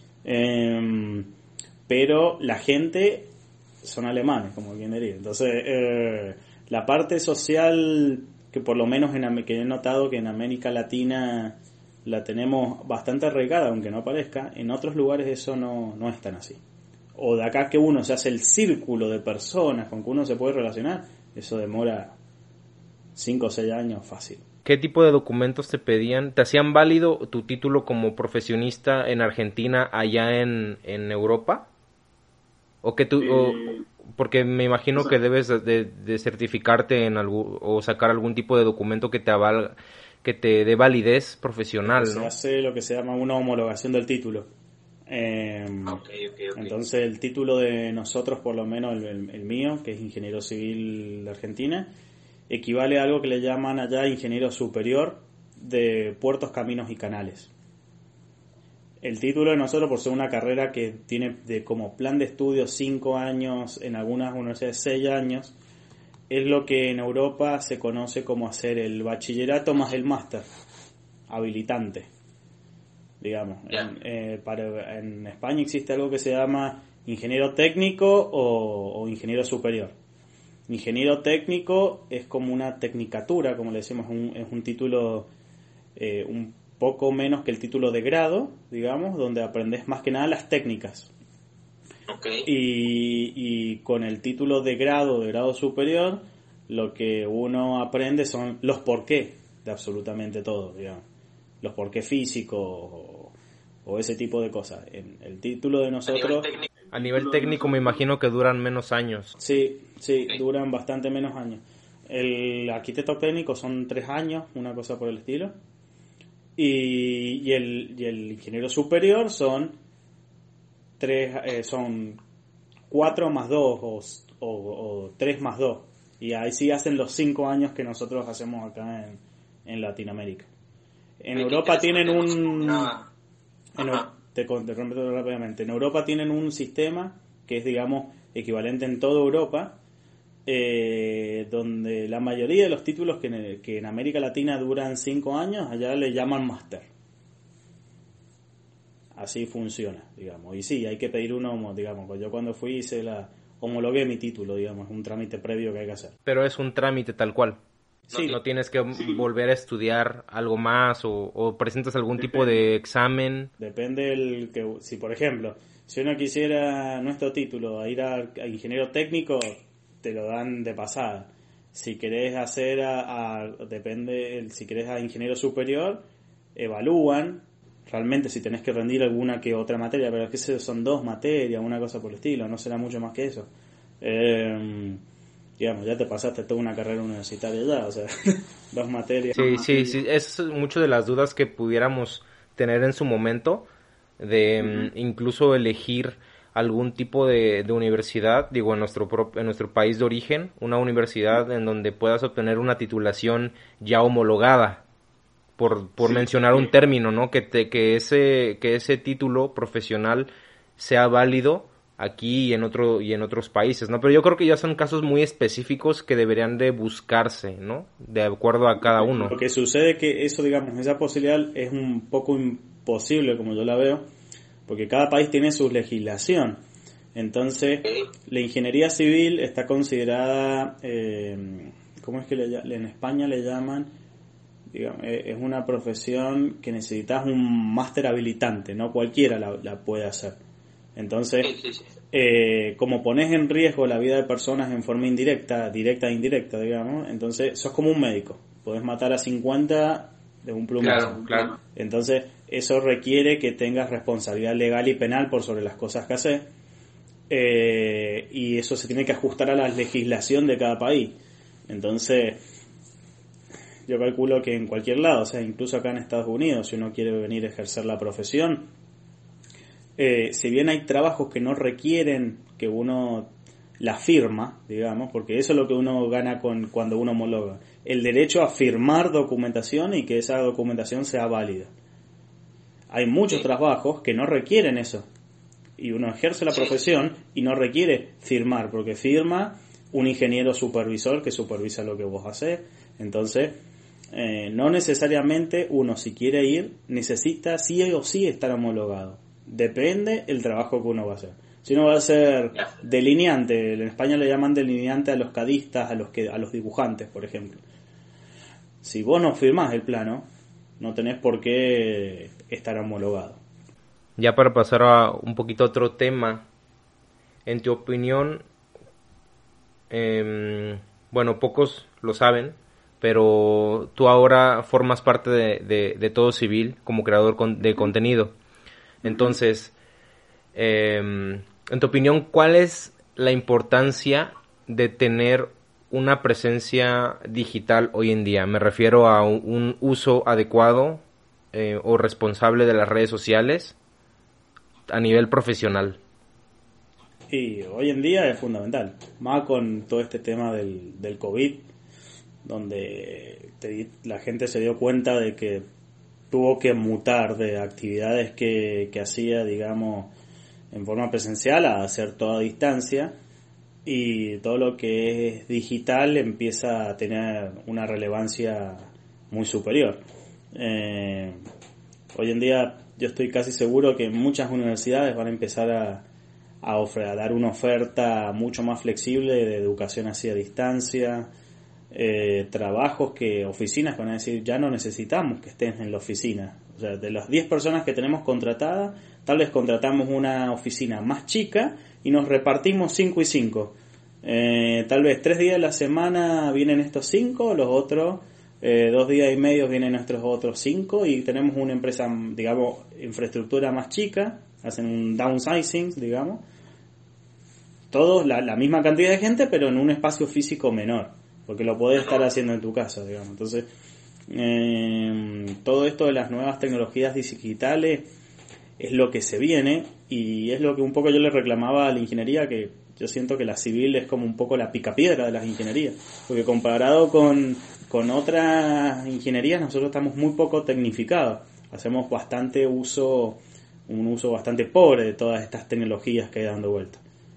Pero la gente son alemanes, como quien diría. Entonces, la parte social, que por lo menos que he notado que en América Latina la tenemos bastante arraigada, aunque no parezca, en otros lugares eso no es tan así. O de acá que uno se hace el círculo de personas con que uno se puede relacionar, eso demora 5 o 6 años fácil. ¿Qué tipo de documentos te pedían? ¿Te hacían válido tu título como profesionista en Argentina allá en Europa? ¿O que tú, porque me imagino que debes de certificarte en o sacar algún tipo de documento que te dé validez profesional, ¿no? Se hace lo que se llama una homologación del título. Okay. Entonces el título de nosotros, por lo menos el mío, que es ingeniero civil de Argentina, equivale a algo que le llaman allá ingeniero superior de puertos, caminos y canales. El título de nosotros, por ser una carrera que tiene como plan de estudio 5 años, en algunas universidades 6 años, es lo que en Europa se conoce como hacer el bachillerato más el máster habilitante, digamos. En España existe algo que se llama ingeniero técnico o ingeniero superior. Ingeniero técnico es como una tecnicatura, como le decimos, es un título un poco menos que el título de grado, digamos, donde aprendes más que nada las técnicas. Okay. Y con el título de grado superior, lo que uno aprende son los porqué de absolutamente todo, digamos. Los porqué físicos o ese tipo de cosas. En el título de nosotros... A nivel técnico me imagino que duran menos años. Sí, duran bastante menos años. El arquitecto técnico son 3 años, una cosa por el estilo. Y el ingeniero superior son 4 más 2 o 3 más 2. Y ahí sí hacen los 5 años que nosotros hacemos acá en Latinoamérica. En Europa tienen te comento rápidamente. En Europa tienen un sistema que es, digamos, equivalente en toda Europa, donde la mayoría de los títulos que en América Latina duran 5 años, allá le llaman máster. Así funciona, digamos. Y sí, hay que pedir uno, digamos, pues yo cuando fui homologué mi título, digamos, es un trámite previo que hay que hacer. Pero es un trámite tal cual. Sí. No tienes que volver a estudiar algo más o presentas algún tipo de examen. Depende si por ejemplo, si uno quisiera nuestro título a ir a ingeniero técnico, te lo dan de pasada. Si querés hacer si querés a ingeniero superior, evalúan realmente si tenés que rendir alguna que otra materia, pero es que son 2 materias, una cosa por el estilo, no será mucho más que eso. Digamos, ya te pasaste toda una carrera universitaria ya, o sea, 2 materias. Sí, es mucho de las dudas que pudiéramos tener en su momento, de incluso elegir algún tipo de universidad, digo, en nuestro país de origen, una universidad en donde puedas obtener una titulación ya homologada, por mencionar un término, ¿no? Que ese título profesional sea válido aquí y en otros países, ¿no? Pero yo creo que ya son casos muy específicos que deberían de buscarse, ¿no? De acuerdo a cada uno. Lo que sucede es que eso, digamos, esa posibilidad es un poco imposible, como yo la veo, porque cada país tiene su legislación. Entonces, la ingeniería civil está considerada, ¿cómo es que en España le llaman? Digamos, es una profesión que necesitas un máster habilitante, no cualquiera la puede hacer. Entonces, como pones en riesgo la vida de personas en forma indirecta, directa e indirecta, digamos, entonces sos como un médico, podés matar a 50 de un plumazo. Claro. Entonces, eso requiere que tengas responsabilidad legal y penal por sobre las cosas que haces, y eso se tiene que ajustar a la legislación de cada país. Entonces, yo calculo que en cualquier lado, o sea, incluso acá en Estados Unidos, si uno quiere venir a ejercer la profesión, si bien hay trabajos que no requieren que uno la firma, digamos, porque eso es lo que uno gana cuando uno homologa, el derecho a firmar documentación y que esa documentación sea válida. Hay muchos trabajos que no requieren eso, y uno ejerce la profesión y no requiere firmar, porque firma un ingeniero supervisor que supervisa lo que vos hacés. Entonces, no necesariamente uno, si quiere ir, necesita sí o sí estar homologado. Depende el trabajo que uno va a hacer. Si uno va a ser delineante, en España le llaman delineante a los cadistas, a los dibujantes, por ejemplo. Si vos no firmás el plano, no tenés por qué estar homologado. Ya para pasar a un poquito a otro tema, en tu opinión, bueno, pocos lo saben, pero tú ahora formas parte de Todo Civil como creador de contenido. Entonces, en tu opinión, ¿cuál es la importancia de tener una presencia digital hoy en día? Me refiero a un uso adecuado o responsable de las redes sociales a nivel profesional. Y hoy en día es fundamental, más con todo este tema del COVID, donde la gente se dio cuenta de que tuvo que mutar de actividades que hacía, digamos, en forma presencial a hacer todo a distancia, y todo lo que es digital empieza a tener una relevancia muy superior. Hoy en día yo estoy casi seguro que muchas universidades van a empezar a dar una oferta mucho más flexible de educación así a distancia, trabajos oficinas van a decir, ya no necesitamos que estés en la oficina. O sea, de las 10 personas que tenemos contratadas, tal vez contratamos una oficina más chica y nos repartimos 5 y 5. Tal vez 3 días de la semana vienen estos 5, los otros 2 días y medio vienen nuestros otros 5, y tenemos una empresa, digamos, infraestructura más chica, hacen un downsizing, digamos, todos la misma cantidad de gente, pero en un espacio físico menor, porque lo podés estar haciendo en tu casa, digamos. Entonces, todo esto de las nuevas tecnologías digitales es lo que se viene, y es lo que un poco yo le reclamaba a la ingeniería, que yo siento que la civil es como un poco la picapiedra de las ingenierías, porque comparado con otras ingenierías, nosotros estamos muy poco tecnificados, hacemos un uso bastante pobre de todas estas tecnologías que hay dando vuelta.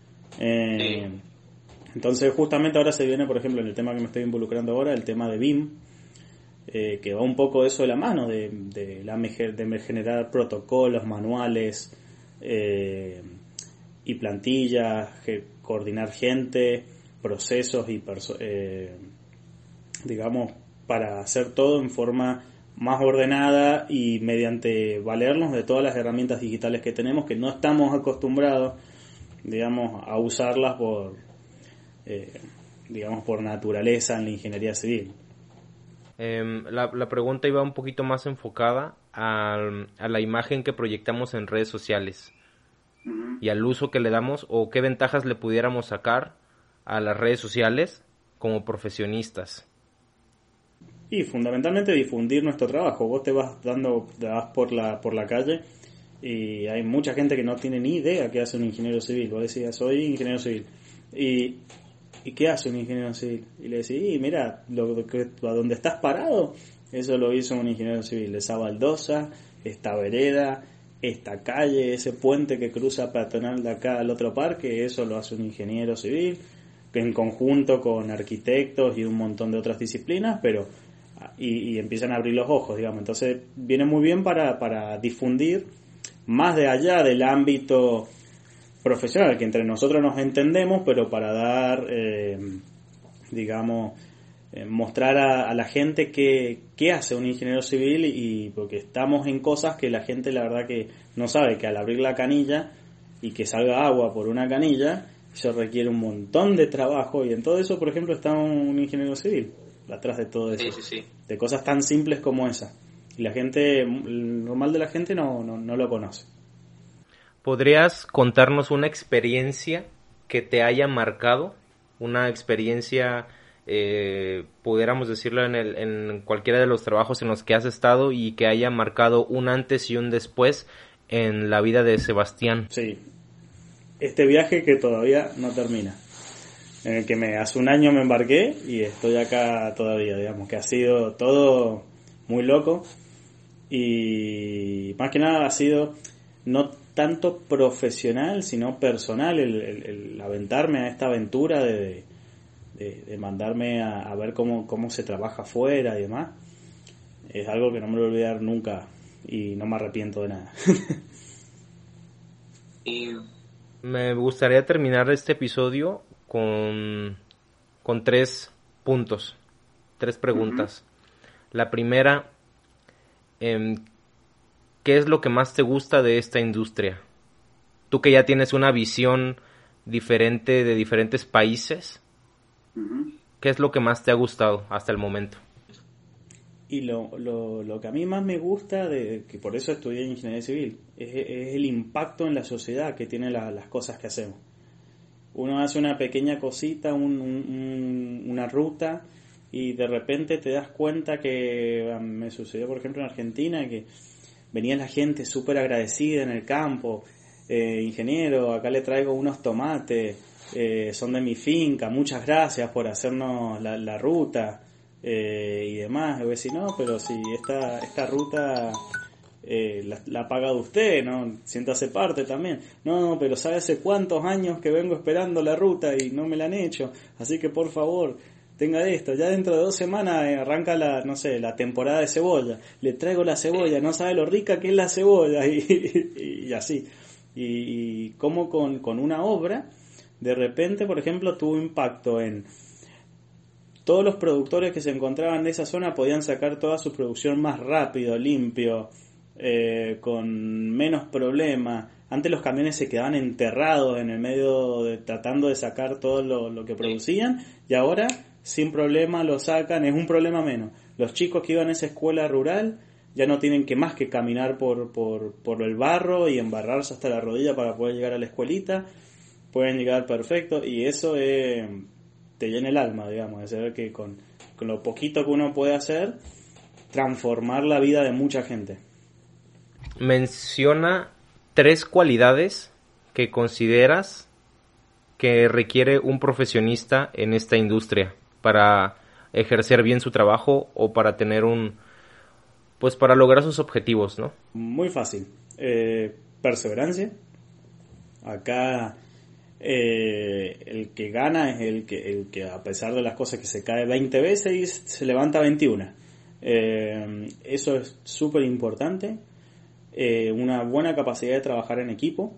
Entonces justamente ahora se viene, por ejemplo, en el tema que me estoy involucrando ahora, el tema de BIM, que va un poco eso de la mano, de generar protocolos, manuales y plantillas, coordinar gente, procesos y digamos, para hacer todo en forma más ordenada y mediante valernos de todas las herramientas digitales que tenemos, que no estamos acostumbrados, digamos, a usarlas por naturaleza en la ingeniería civil. La pregunta iba un poquito más enfocada a la imagen que proyectamos en redes sociales y al uso que le damos, o qué ventajas le pudiéramos sacar a las redes sociales como profesionistas. Y fundamentalmente difundir nuestro trabajo. Vos te vas por la calle y hay mucha gente que no tiene ni idea qué hace un ingeniero civil. Vos decías, soy ingeniero civil. ¿Y qué hace un ingeniero civil? Y le decís, mira, a donde estás parado, eso lo hizo un ingeniero civil. Esa baldosa, esta vereda, esta calle, ese puente que cruza peatonal de acá al otro parque, eso lo hace un ingeniero civil, que en conjunto con arquitectos y un montón de otras disciplinas, pero y empiezan a abrir los ojos, digamos. Entonces viene muy bien para difundir más de allá del ámbito profesional, que entre nosotros nos entendemos, pero para dar, digamos, mostrar a la gente qué hace un ingeniero civil, y porque estamos en cosas que la gente la verdad que no sabe, que al abrir la canilla y que salga agua por una canilla, eso requiere un montón de trabajo, y en todo eso, por ejemplo, está un ingeniero civil atrás de todo eso, Sí. de cosas tan simples como esa, y la gente, el normal de la gente no lo conoce. ¿Podrías contarnos una experiencia que te haya marcado? Una experiencia, pudiéramos decirlo, en cualquiera de los trabajos en los que has estado y que haya marcado un antes y un después en la vida de Sebastián. Sí, este viaje que todavía no termina, en el que hace un año me embarqué y estoy acá todavía, digamos, que ha sido todo muy loco, y más que nada ha sido no tanto profesional sino personal el aventarme a esta aventura de mandarme a ver cómo se trabaja afuera y demás. Es algo que no me lo voy a olvidar nunca y no me arrepiento de nada. Me gustaría terminar este episodio con 3 puntos, 3 preguntas. La primera, ¿qué es lo que más te gusta de esta industria? Tú que ya tienes una visión diferente de diferentes países, ¿qué es lo que más te ha gustado hasta el momento? Y lo que a mí más me gusta, que por eso estudié ingeniería civil, es el impacto en la sociedad que tienen las cosas que hacemos. Uno hace una pequeña cosita, una ruta, y de repente te das cuenta que me sucedió, por ejemplo, en Argentina, que venía la gente súper agradecida en el campo. Ingeniero, acá le traigo unos tomates, son de mi finca, muchas gracias por hacernos la ruta. Y demás. Y voy a decir, no, pero si esta ruta la ha pagado usted, ¿no? Siéntase parte también. No, pero ¿sabe hace cuántos años que vengo esperando la ruta y no me la han hecho? Así que por favor, tenga esto. Ya dentro de 2 semanas arranca la temporada de cebolla. Le traigo la cebolla, no sabe lo rica que es la cebolla, y así. Y como con una obra, de repente, por ejemplo, tuvo impacto en todos los productores que se encontraban de esa zona podían sacar toda su producción más rápido, limpio, con menos problemas. Antes los camiones se quedaban enterrados en el medio tratando de sacar todo lo que producían, y ahora sin problema lo sacan, es un problema menos. Los chicos que iban a esa escuela rural ya no tienen que más que caminar por el barro y embarrarse hasta la rodilla para poder llegar a la escuelita, pueden llegar perfecto, y eso te llena el alma, digamos, de saber que con lo poquito que uno puede hacer, transformar la vida de mucha gente. Menciona 3 cualidades que consideras que requiere un profesionista en esta industria para ejercer bien su trabajo o para tener para lograr sus objetivos, ¿no? Muy fácil. Perseverancia. Acá el que gana es el que a pesar de las cosas que se cae 20 veces y se levanta 21. Eso es súper importante. Una buena capacidad de trabajar en equipo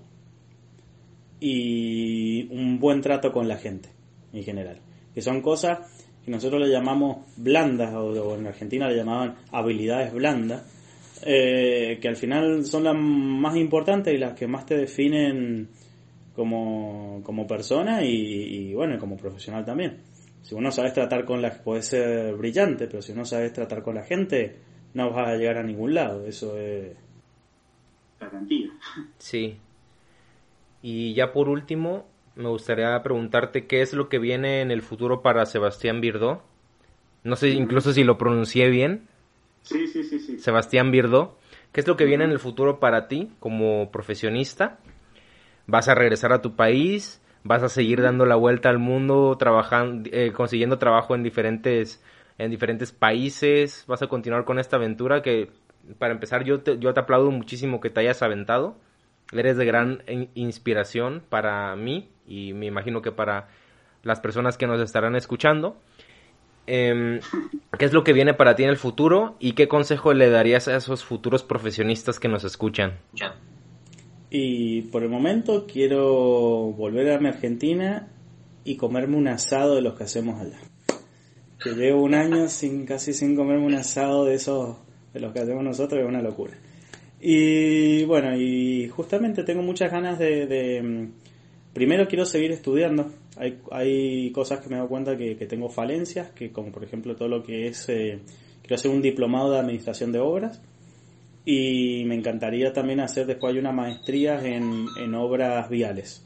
y un buen trato con la gente en general, que son cosas que nosotros le llamamos blandas, o en Argentina le llamaban habilidades blandas, que al final son las más importantes y las que más te definen como persona y bueno, como profesional también. Si uno sabes tratar puede ser brillante, pero si no sabes tratar con la gente, no vas a llegar a ningún lado. Eso es garantía. Sí. Y ya por último, me gustaría preguntarte qué es lo que viene en el futuro para Sebastián Birdó. No sé incluso si lo pronuncié bien. Sí. Sebastián Birdó. ¿Qué es lo que viene en el futuro para ti como profesionista? ¿Vas a regresar a tu país? ¿Vas a seguir dando la vuelta al mundo, trabajando, consiguiendo trabajo en diferentes países? ¿Vas a continuar con esta aventura que, para empezar, yo te aplaudo muchísimo que te hayas aventado? Eres de gran inspiración para mí y me imagino que para las personas que nos estarán escuchando. ¿Qué es lo que viene para ti en el futuro y qué consejo le darías a esos futuros profesionistas que nos escuchan? Y por el momento quiero volver a mi Argentina y comerme un asado de los que hacemos allá. Que llevo un año casi sin comerme un asado de esos de los que hacemos nosotros, es una locura. Y bueno, y justamente tengo muchas ganas de primero quiero seguir estudiando. Hay cosas que me he dado cuenta que tengo falencias, que como por ejemplo todo lo que es quiero hacer un diplomado de administración de obras. Y me encantaría también hacer, después hay una maestría en obras viales,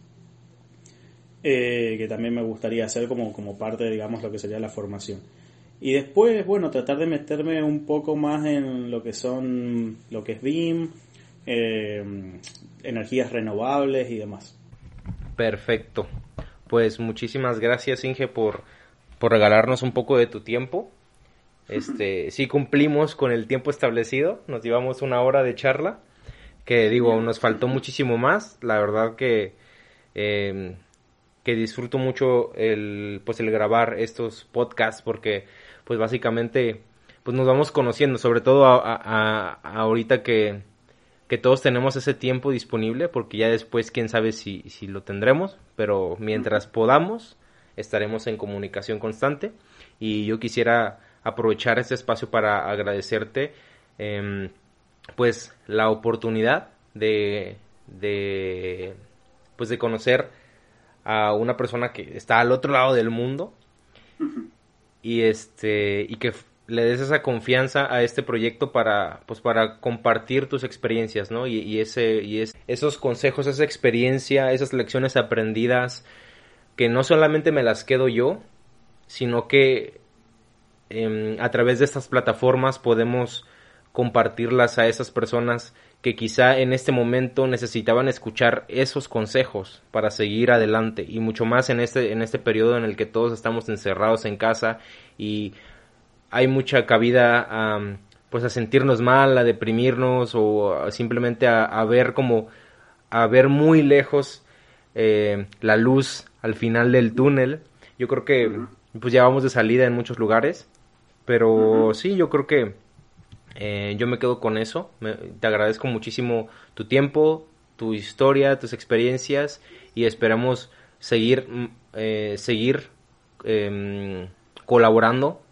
que también me gustaría hacer como parte de, digamos, lo que sería la formación. Y después, bueno, tratar de meterme un poco más en lo que es BIM, energías renovables y demás. Perfecto. Pues muchísimas gracias, Inge, por regalarnos un poco de tu tiempo. Sí cumplimos con el tiempo establecido, nos llevamos 1 hora de charla, que digo, nos faltó muchísimo más. La verdad que disfruto mucho el grabar estos podcasts, porque pues básicamente pues nos vamos conociendo, sobre todo ahorita que todos tenemos ese tiempo disponible, porque ya después quién sabe si lo tendremos, pero mientras podamos estaremos en comunicación constante. Y yo quisiera aprovechar este espacio para agradecerte pues la oportunidad de conocer a una persona que está al otro lado del mundo y que le des esa confianza a este proyecto para compartir tus experiencias, ¿no? Y esos consejos, esa experiencia, esas lecciones aprendidas, que no solamente me las quedo yo, sino que a través de estas plataformas podemos compartirlas a esas personas que quizá en este momento necesitaban escuchar esos consejos para seguir adelante, y mucho más en este periodo en el que todos estamos encerrados en casa y hay mucha cabida a sentirnos mal, a deprimirnos o simplemente a ver muy lejos la luz al final del túnel. Yo creo que pues ya vamos de salida en muchos lugares, pero sí, yo creo que yo me quedo con eso. Te agradezco muchísimo tu tiempo, tu historia, tus experiencias, y esperamos seguir colaborando.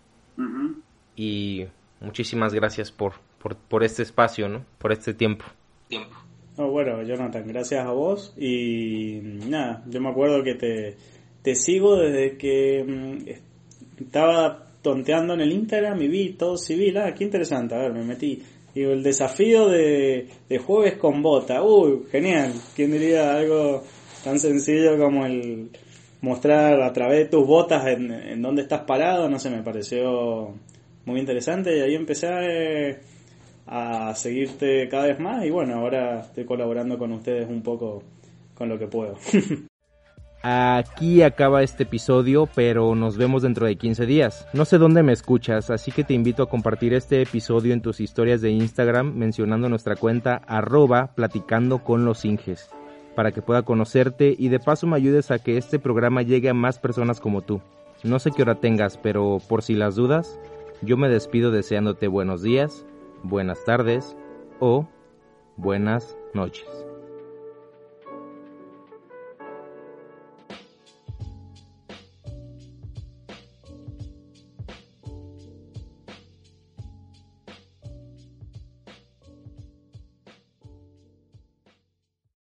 Y muchísimas gracias por este espacio, ¿no? Por este tiempo. No, bueno, Jonathan, gracias a vos. Y nada, yo me acuerdo que te sigo desde que estaba tonteando en el Instagram y vi todo civil. Qué interesante. A ver, me metí. Digo, el desafío de jueves con bota. Genial. ¿Quién diría algo tan sencillo como el mostrar a través de tus botas en dónde estás parado? No sé, me pareció muy interesante y ahí empecé a seguirte cada vez más y bueno, ahora estoy colaborando con ustedes un poco con lo que puedo. Aquí acaba este episodio, pero nos vemos dentro de 15 días. No sé dónde me escuchas, así que te invito a compartir este episodio en tus historias de Instagram mencionando nuestra cuenta @platicandoconlosinges para que pueda conocerte y de paso me ayudes a que este programa llegue a más personas como tú. No sé qué hora tengas, pero por si las dudas, yo me despido deseándote buenos días, buenas tardes o buenas noches.